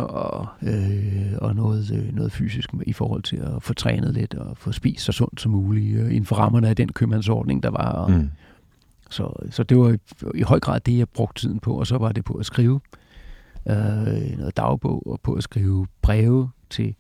og noget fysisk i forhold til at få trænet lidt og få spist så sundt som muligt inden for rammerne af den købmandsordning, der var. Så det var i høj grad det, jeg brugte tiden på, og så var det på at skrive noget dagbog, og på at skrive breve til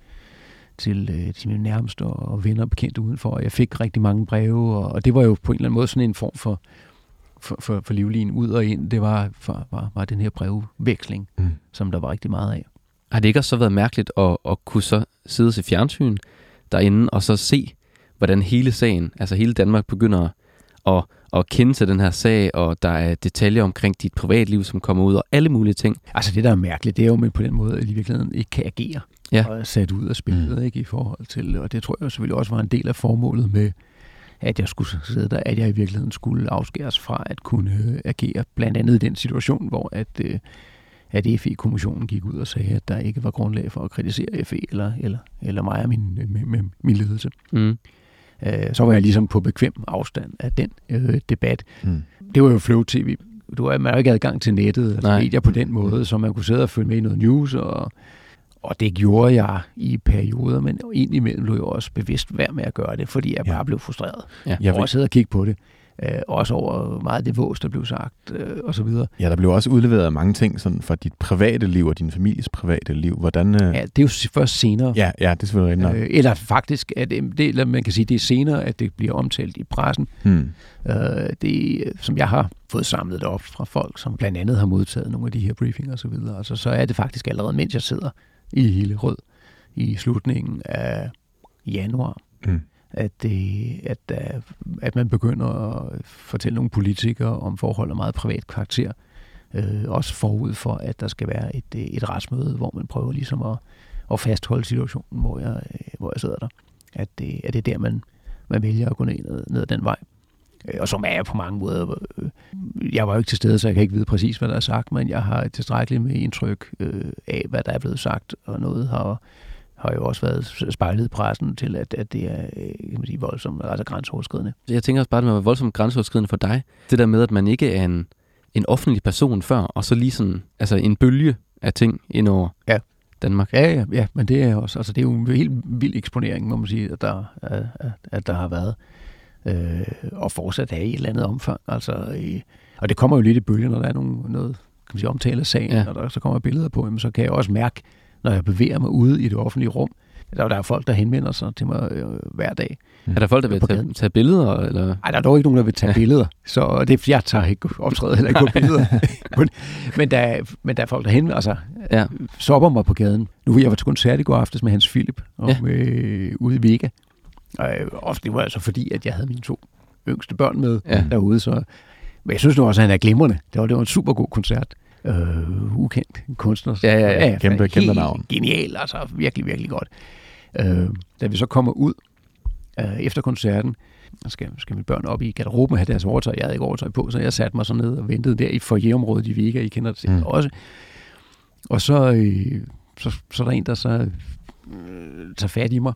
mine nærmeste og venner og bekendte udenfor. Og jeg fik rigtig mange breve, og det var jo på en eller anden måde sådan en form for livlinen ud og ind. Det var den her brevveksling, som der var rigtig meget af. Har det ikke også så været mærkeligt at kunne så sidde til fjernsyn derinde, og så se, hvordan hele sagen, altså hele Danmark begynder at kende til den her sag, og der er detaljer omkring dit privatliv, som kommer ud, og alle mulige ting. Altså det, der er mærkeligt, det er jo på den måde, at i virkeligheden ikke kan agere, og er sat ud af spillet, ikke, i forhold til, og det tror jeg selvfølgelig også var en del af formålet med, at jeg skulle sidde der, at jeg i virkeligheden skulle afskæres fra at kunne agere, blandt andet i den situation, hvor at FE-kommissionen gik ud og sagde, at der ikke var grundlag for at kritisere FE eller mig og min ledelse. Så var jeg ligesom på bekvem afstand af den debat. Det var jo Flow TV. Man har jo ikke adgang til nettet, altså medier på den måde, så man kunne sidde og følge med i noget news, og det gjorde jeg i perioder, men indimellem blev jeg også bevidst værd med at gøre det, fordi jeg bare blev frustreret. Jeg var sidde og kigge på det. Også over meget det vås, der blev sagt, og så videre. Ja, der blev også udleveret mange ting sådan fra dit private liv og din families private liv. Hvordan? Ja, det er jo først senere. Ja, det er selvfølgelig rigtigt. Eller faktisk, at man kan sige, det er senere, at det bliver omtalt i pressen. Det, som jeg har fået samlet op fra folk, som blandt andet har modtaget nogle af de her briefinger og så videre. Altså, så er det faktisk allerede, mens jeg sidder i Hillerød i slutningen af januar, at man begynder at fortælle nogle politikere om forhold af meget privat karakter, også forud for, at der skal være et retsmøde, hvor man prøver ligesom at fastholde situationen, hvor jeg sidder der. At det er der, man vælger at gå ned ad den vej. Og som er på mange måder... Jeg var jo ikke til stede, så jeg kan ikke vide præcis, hvad der er sagt, men jeg har tilstrækkeligt med indtryk af, hvad der er blevet sagt, og noget har jo også været spejlet i pressen til, at det er voldsomt, altså grænseoverskridende. Jeg tænker også bare, at det var voldsomt grænseoverskridende for dig. Det der med, at man ikke er en offentlig person før, og så lige sådan, altså en bølge af ting ind over Danmark. Ja, men det er også, altså det er jo en helt vild eksponering, må man sige, at der har været. Og fortsat er i et eller andet omfang. Altså, og det kommer jo lidt i bølgen, når der er noget kan man sige, omtale af sagen, og der så kommer billeder på, så kan jeg også mærke, når jeg bevæger mig ude i det offentlige rum, der er folk, der henvender sig til mig hver dag. Er der folk, der vil tage billeder? Eller? Nej, der er dog ikke nogen, der vil tage billeder. Så det, jeg tager ikke optræde heller ikke på billeder. men der er folk, der henvender sig. Sopper mig på gaden. Nu jeg var til koncert i går aftes med Hans Philip ude i Vega. Og det var altså fordi, at jeg havde mine 2 yngste børn med derude. Så. Men jeg synes nu også, at han er glimrende. Det var en super god koncert. Ukendt kunstner. Ja. Kæmpe navn. Genial, altså virkelig, virkelig godt. Da vi så kommer ud efter koncerten, skal mine børn op i garderoben og have deres overtøj. Jeg havde ikke overtøj på, så jeg satte mig så ned og ventede der i foyerområdet i Vega. I kender det også. Og så er der en, der så tager fat i mig.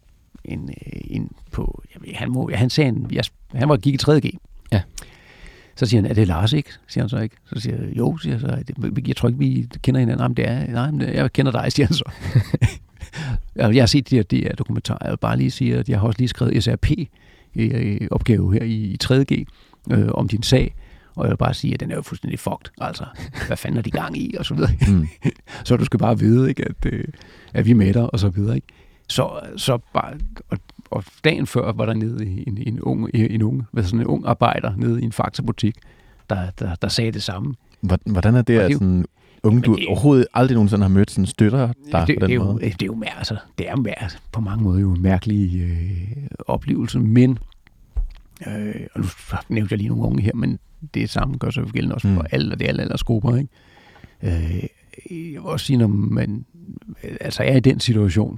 Han gik i 3.G. Ja. Så siger han, er det Lars ikke? Siger han så ikke. Så siger jeg, jo, siger jeg så. Jeg tror ikke, vi kender hinanden. Jeg kender dig, siger han så. Jeg har set de her dokumentarer. Jeg vil bare lige sige, at jeg har også lige skrevet SRP-opgave her i 3.G om din sag. Og jeg vil bare sige, at den er jo fuldstændig fucked. Altså, hvad fanden er de gang i? Og så videre. Så du skal bare vide, ikke, at vi med dig, og så videre, ikke? Så bare, og dagen før var der nede en ung arbejder nede i en Fakta-butik, der sagde det samme. Hvordan er det, at sådan unge, du overhovedet aldrig nogensinde har mødt, sådan støtter dig på den måde? Det er jo på mange måder jo en mærkelig oplevelse, men og nu nævnte jeg lige nogle unge her, men det samme gør sig gældende også for alle aldersgrupper, ikke? Jeg vil også sige, når man altså er i den situation,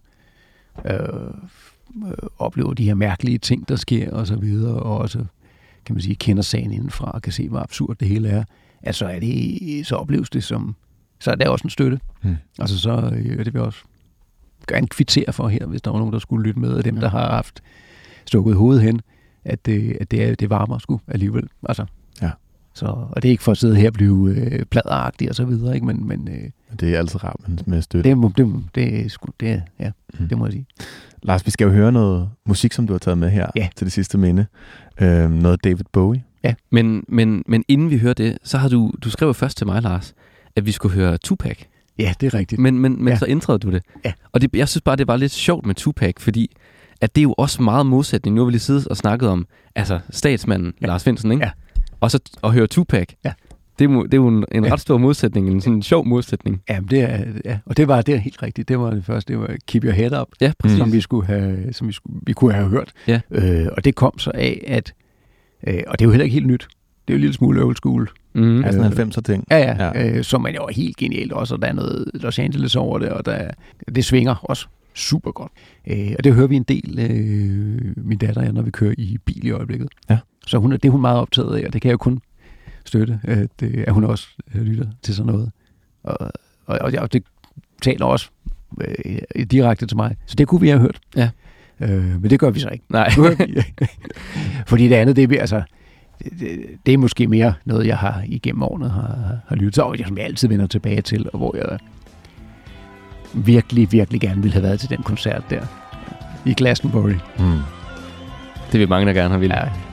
oplever de her mærkelige ting, der sker, og så videre, og også, kan man sige, kender sagen indenfra, og kan se, hvor absurd det hele er, altså så opleves det som, så er der også en støtte. Altså så det vil jeg også gerne kvittere for her, hvis der var nogen, der skulle lytte med, af dem, der har haft stukket hovedet hen, at det varmer sgu alligevel. Altså, så, og det er ikke for at sidde her og blive pladeragtig og så videre, ikke? Men det er altid rart med støtte. Det må jeg sige. Lars, vi skal jo høre noget musik, som du har taget med her til det sidste minde. Noget David Bowie. Ja. Men inden vi hører det, så har du skrev først til mig, Lars, at vi skulle høre Tupac. Ja, det er rigtigt. Men så ændrede du det. Ja. Og jeg synes bare, det var lidt sjovt med Tupac, fordi at det er jo også meget modsætning. Nu har vi lige siddet og snakket om altså statsmanden Lars Findsen, ikke? Ja. Og så at høre Tupac. Ja. Det er jo en ret stor modsætning, en sådan sjov modsætning. Ja, og det er helt rigtigt. Det var det første, det var Keep Your Head Up, som vi kunne have hørt. Ja. Og det kom så af, at og det er jo heller ikke helt nyt. Det er jo en lille smule old school. Altså 90'er ting. Ja. Som man jo helt genialt også, og der er noget Los Angeles over det, og det svinger også super godt. Og det hører vi en del, min datter, når vi kører i bil i øjeblikket. Ja. Så det er hun meget optaget af, og det kan jeg jo kun støtte, at hun også lytter til sådan noget. Og det taler også direkte til mig. Så det kunne vi have hørt. Ja. Men det gør vi så ikke. Nej. Fordi det andet, det er måske mere noget, jeg har igennem årene har lyttet til, og som jeg altid vender tilbage til, og hvor jeg virkelig, virkelig gerne ville have været til den koncert der i Glastonbury. Det vil mange, der gerne have ville. Ja.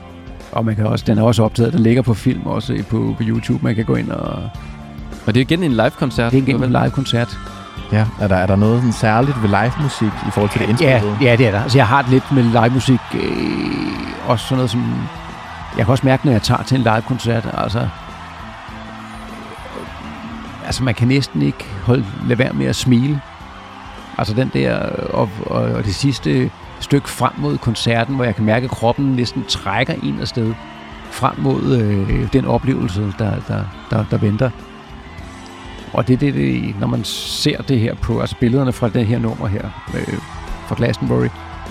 Og man kan også, den er også optaget, den ligger på film også på YouTube. Man kan gå ind og... Og det er igen en live-koncert? Det er igen en live-koncert. Ja, er der noget sådan særligt ved live-musik i forhold til det indspillede? Ja, det er der. Altså, jeg har det lidt med live-musik. Også sådan noget som... Jeg kan også mærke, når jeg tager til en live-koncert, altså man kan næsten ikke lade være med at smile. Altså den der... Og det sidste stykke frem mod koncerten, hvor jeg kan mærke, at kroppen næsten trækker en afsted frem mod den oplevelse, der venter. Og det, når man ser det her på, altså billederne fra det her nummer her, fra Glastonbury,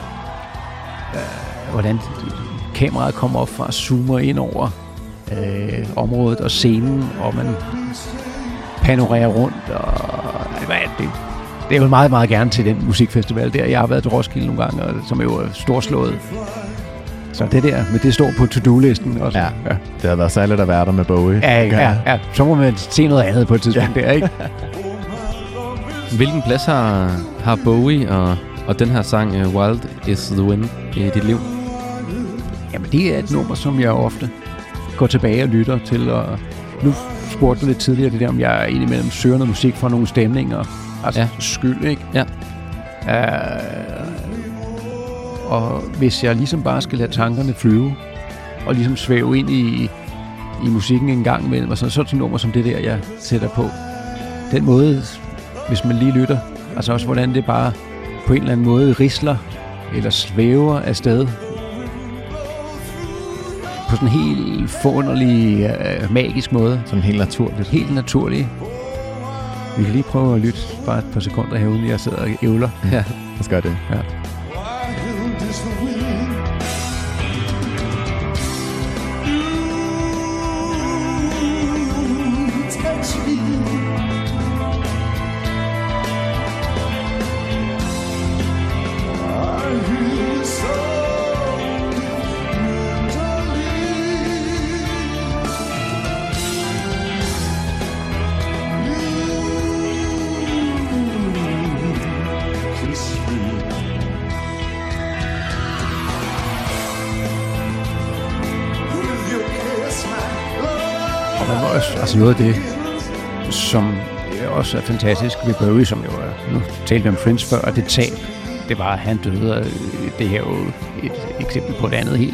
hvordan kameraet kommer op fra og zoomer ind over området og scenen, og man panorerer rundt, og det er jo meget, meget gerne til den musikfestival der. Jeg har været til Roskilde nogle gange, som er jo storslået. Så det der, men det står på to-do-listen også. Ja. Det har været særligt at være der med Bowie. Ja. Så må man se noget andet på et tidspunkt der, ikke? Hvilken plads har Bowie og den her sang Wild is the Wind i dit liv? Jamen, det er et nummer, som jeg ofte går tilbage og lytter til. Og nu spurgte du lidt tidligere det der, om jeg indimellem søger noget musik fra nogle stemninger. Altså skyld, ikke? Ja. Og hvis jeg ligesom bare skal lade tankerne flyve, og ligesom svæve ind i musikken en gang imellem, og så et nummer som det der, jeg sætter på. Den måde, hvis man lige lytter, altså også hvordan det bare på en eller anden måde risler, eller svæver afsted, på sådan en helt forunderlig, magisk måde. Sådan helt naturligt. Helt naturligt. Vi kan lige prøve at lytte bare et par sekunder herude, jeg sidder og ævler. Ja, lad os gøre det. Ja. Altså noget af det, som også er fantastisk ved Bowie, som jo er, nu talte vi om Prince før, og det tab, det var, at han døde, og det her jo et eksempel på et andet helt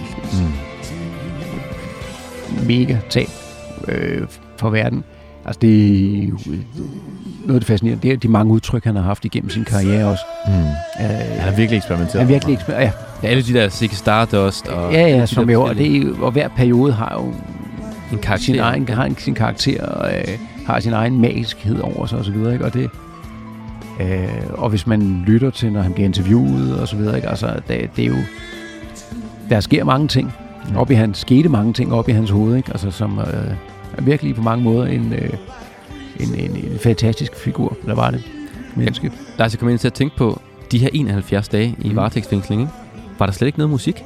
mega tab for verden. Altså det er noget af det fascinerende, det er de mange udtryk, han har haft igennem sin karriere også. Han har virkelig eksperimenteret. Han virkelig eksperimenteret, ja. Alle de der Ziggy Stardust og... Ja, som jo, og hver periode har jo en karakter. Sin karakter og har sin egen magiskhed over sig og så videre, ikke? Og det og hvis man lytter til, når han bliver interviewet og så videre, ikke? Altså det er jo, der sker mange ting skete mange ting op i hans hoved, ikke? Altså som er virkelig på mange måder en fantastisk figur, eller var det menneske. Lars, jeg kom ind til at tænke på de her 71 dage i varetægtsfængsling, ikke? Var der slet ikke noget musik?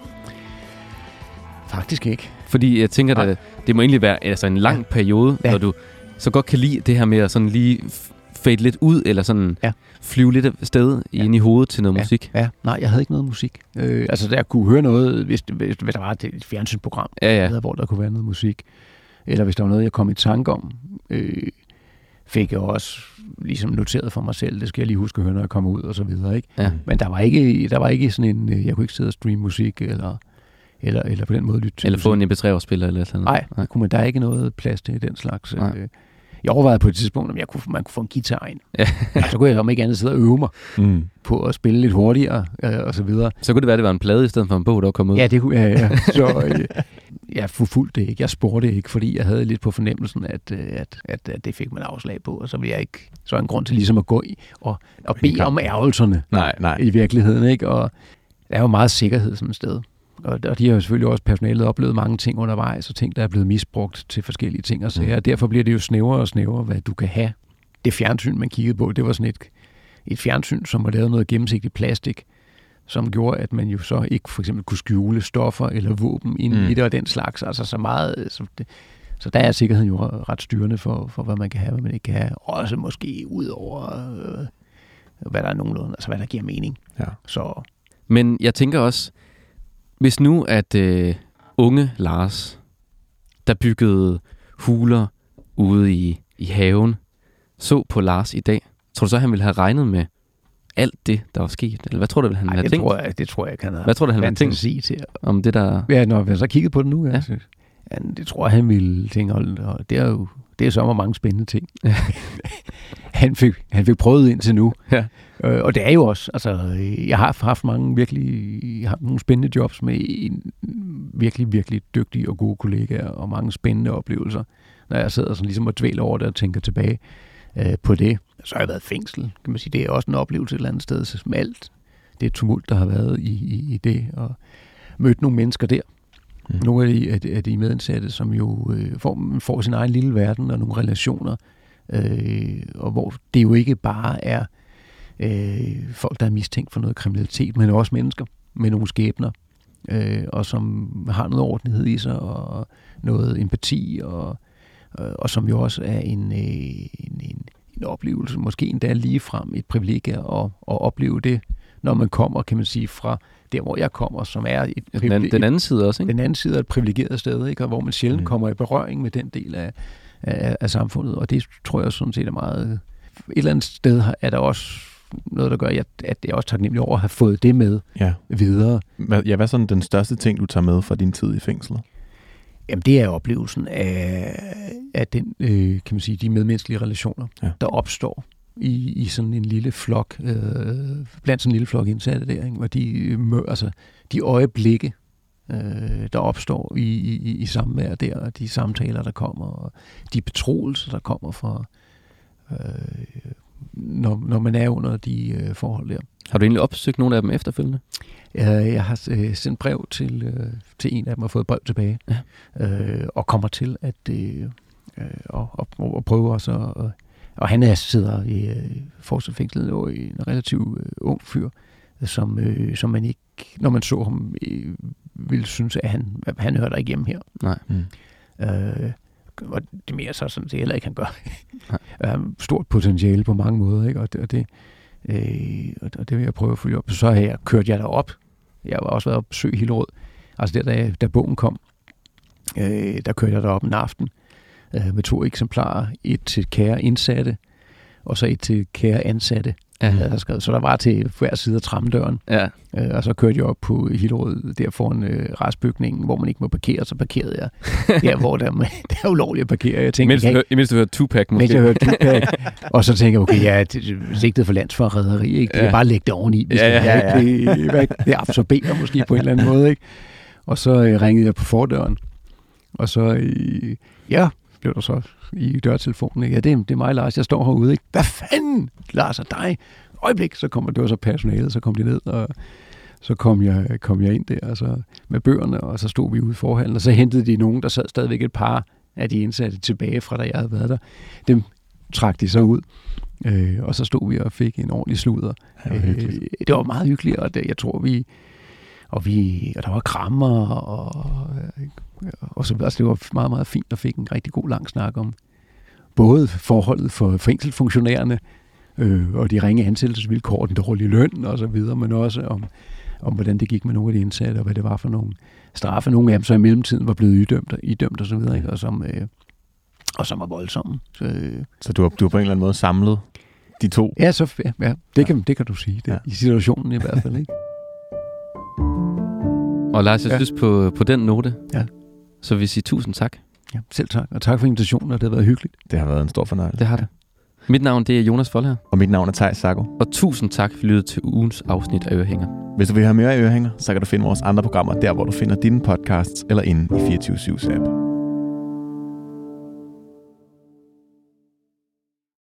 Faktisk ikke. Fordi jeg tænker, at det må egentlig være altså en lang periode, når du så godt kan lide det her med at sådan lige fade lidt ud, eller sådan flyve lidt afsted ind i hovedet til noget musik. Ja, nej, jeg havde ikke noget musik. Altså, der kunne høre noget, hvis der var et fjernsynsprogram, hvor der kunne være noget musik. Eller hvis der var noget, jeg kom i tanke om, fik jeg også ligesom noteret for mig selv. Det skal jeg lige huske at høre, når jeg kommer ud, og så videre, ikke? Ja. Men der var ikke sådan en, jeg kunne ikke sidde og streame musik, eller på den måde lytte til eller få en MP3-afspiller eller sådan noget. Nej, der er ikke noget plads til den slags. Jeg overvejede på et tidspunkt, om man kunne få en guitar ind. Ja. Så kunne jeg om ikke andet sidde og øve mig på at spille lidt hurtigere, og så videre. Så kunne det være, at det var en plade i stedet for en bog, der kom ud? Ja, det kunne jeg. Ja. Så jeg forfulgte det ikke. Jeg spurgte det ikke, fordi jeg havde lidt på fornemmelsen, at det fik man afslag på, og så ville jeg ikke. Så var en grund til ligesom at gå i og bede om ærgelserne. Nej. I virkeligheden, ikke? Og der er jo meget sikkerhed sådan et sted. Og de har jo selvfølgelig også personalet oplevet mange ting undervejs, og ting, der er blevet misbrugt til forskellige ting og sager. Derfor bliver det jo snævrere og snævrere, hvad du kan have. Det fjernsyn, man kiggede på, det var sådan et fjernsyn, som var lavet noget gennemsigtigt plastik, som gjorde, at man jo så ikke for eksempel kunne skjule stoffer eller våben ind i det og den slags. Altså så meget... Så der er sikkerheden jo ret styrende for, hvad man kan have, hvad man ikke kan have. Også måske ud over, hvad der er nogenlunde, altså hvad der giver mening. Ja. Så. Men jeg tænker også, hvis nu, at unge Lars, der byggede huler ude i haven, så på Lars i dag, tror du så, han ville have regnet med alt det, der var sket? Eller hvad tror du, han havde tænkt? Det tror jeg ikke, han havde. Hvad tror du, han havde tænkt til? Om det, der... Ja, når vi så kigget på det nu, ja. Det tror jeg, han ville tænke, og det er så mange spændende ting. han fik prøvet indtil nu. Ja. Og det er jo også, altså, jeg har haft nogle spændende jobs med virkelig, virkelig dygtige og gode kollegaer, og mange spændende oplevelser. Når jeg sidder sådan ligesom og dvæler over det og tænker tilbage på det, så har jeg været i fængsel, kan man sige. Det er også en oplevelse et eller andet sted, med alt det tumult, der har været i det, og mødt nogle mennesker der. Nogle af de medindsatte, som jo får sin egen lille verden og nogle relationer, og hvor det jo ikke bare er folk, der er mistænkt for noget kriminalitet, men også mennesker med nogle skæbner, og som har noget ordentlighed i sig, og noget empati, og som jo også er en oplevelse, måske endda ligefrem et privilegie at opleve det, når man kommer, kan man sige, fra der, hvor jeg kommer, som er den anden side også, ikke? Den anden side er et privilegeret sted, ikke? Og hvor man sjældent kommer i berøring med den del af samfundet, og det tror jeg sådan set er meget... Et eller andet sted er der også noget, der gør, at jeg er også taknemmelig over at have fået det med videre. Hvad er sådan den største ting, du tager med fra din tid i fængslet? Jamen, det er oplevelsen af den, kan man sige, de medmenneskelige relationer, der opstår i sådan en lille flok, blandt sådan en lille flok indsatte der, ikke? Hvor de øjeblikke, der opstår i samvær der, og de samtaler, der kommer, og de betroelser, der kommer fra, når man er under de forhold der. Har du egentlig opsøgt nogle af dem efterfølgende? Jeg har sendt brev til en af dem og fået brev tilbage, og kommer til at prøve også og han sidder i forsvarsfængslet og i en relativt ung fyr, som man ikke, når man så ham, ville synes, at han hører der ikke hjemme her. Nej. Og det er mere så sådan, det heller ikke han gør. Stort potentiale på mange måder, ikke? Og det vil jeg prøve at følge op. Så kørte jeg derop. Jeg var også været op besøg Hillerød. Altså der, da bogen kom, der kørte jeg derop en aften med 2 eksemplarer. Et til kære indsatte, og så et til kære ansatte. Ja. Så der var til hver side af trammedøren. Ja. Og så kørte jeg op på Hillerød, der foran restbygningen, hvor man ikke må parkere, så parkerede jeg der, hvor der er ulovligt at parkere. Jeg tænkte, imens du hørte Tupac måske. Mens jeg hørte Tupac. Og så tænker jeg, okay, jeg er sigtet for landsforræderi, ikke? Det er bare at lægge det oveni. Det absorberer måske på en eller anden måde, ikke? Og så ringede jeg på fordøren, og så, blev der så i dørtelefonen, ikke? Ja, det er mig, Lars, jeg står herude, ikke? Hvad fanden, Lars, og dig? Øjeblik, så kommer det var så personalet, så kom de ned, og så kom jeg ind der, altså, med bøgerne, og så stod vi ude i forhallen, og så hentede de nogen, der sad stadigvæk et par af de indsatte tilbage fra, da jeg havde været der. Dem trak de så ud, og så stod vi og fik en ordentlig sludder. Det var meget hyggeligt, og jeg tror, og der var krammer, og så altså, det var meget, meget fint, og fik en rigtig god lang snak om både forholdet for fængselsfunktionærerne, og de ringe ansættelsesvilkår, den dårlige løn og så videre, men også om hvordan det gik med nogle af de indsatte, og hvad det var for nogle straffe. Nogle af dem så i mellemtiden var blevet idømt og så videre, ikke? Og som var voldsomme. Så du har på en eller anden måde samlet de to? Ja, det kan du sige. Det, i situationen i hvert fald, ikke? Og Lars, jeg synes på den note, så vil jeg sige tusind tak. Ja, selv tak. Og tak for invitationen, og det har været hyggeligt. Det har været en stor fornøjelse. Det har det. Mit navn, det er Jonas Folher. Og mit navn er Theis Sacco. Og tusind tak for lyttet til ugens afsnit af Ørehænger. Hvis du vil have mere af Ørehænger, så kan du finde vores andre programmer der, hvor du finder dine podcasts, eller inde i 24/7's app.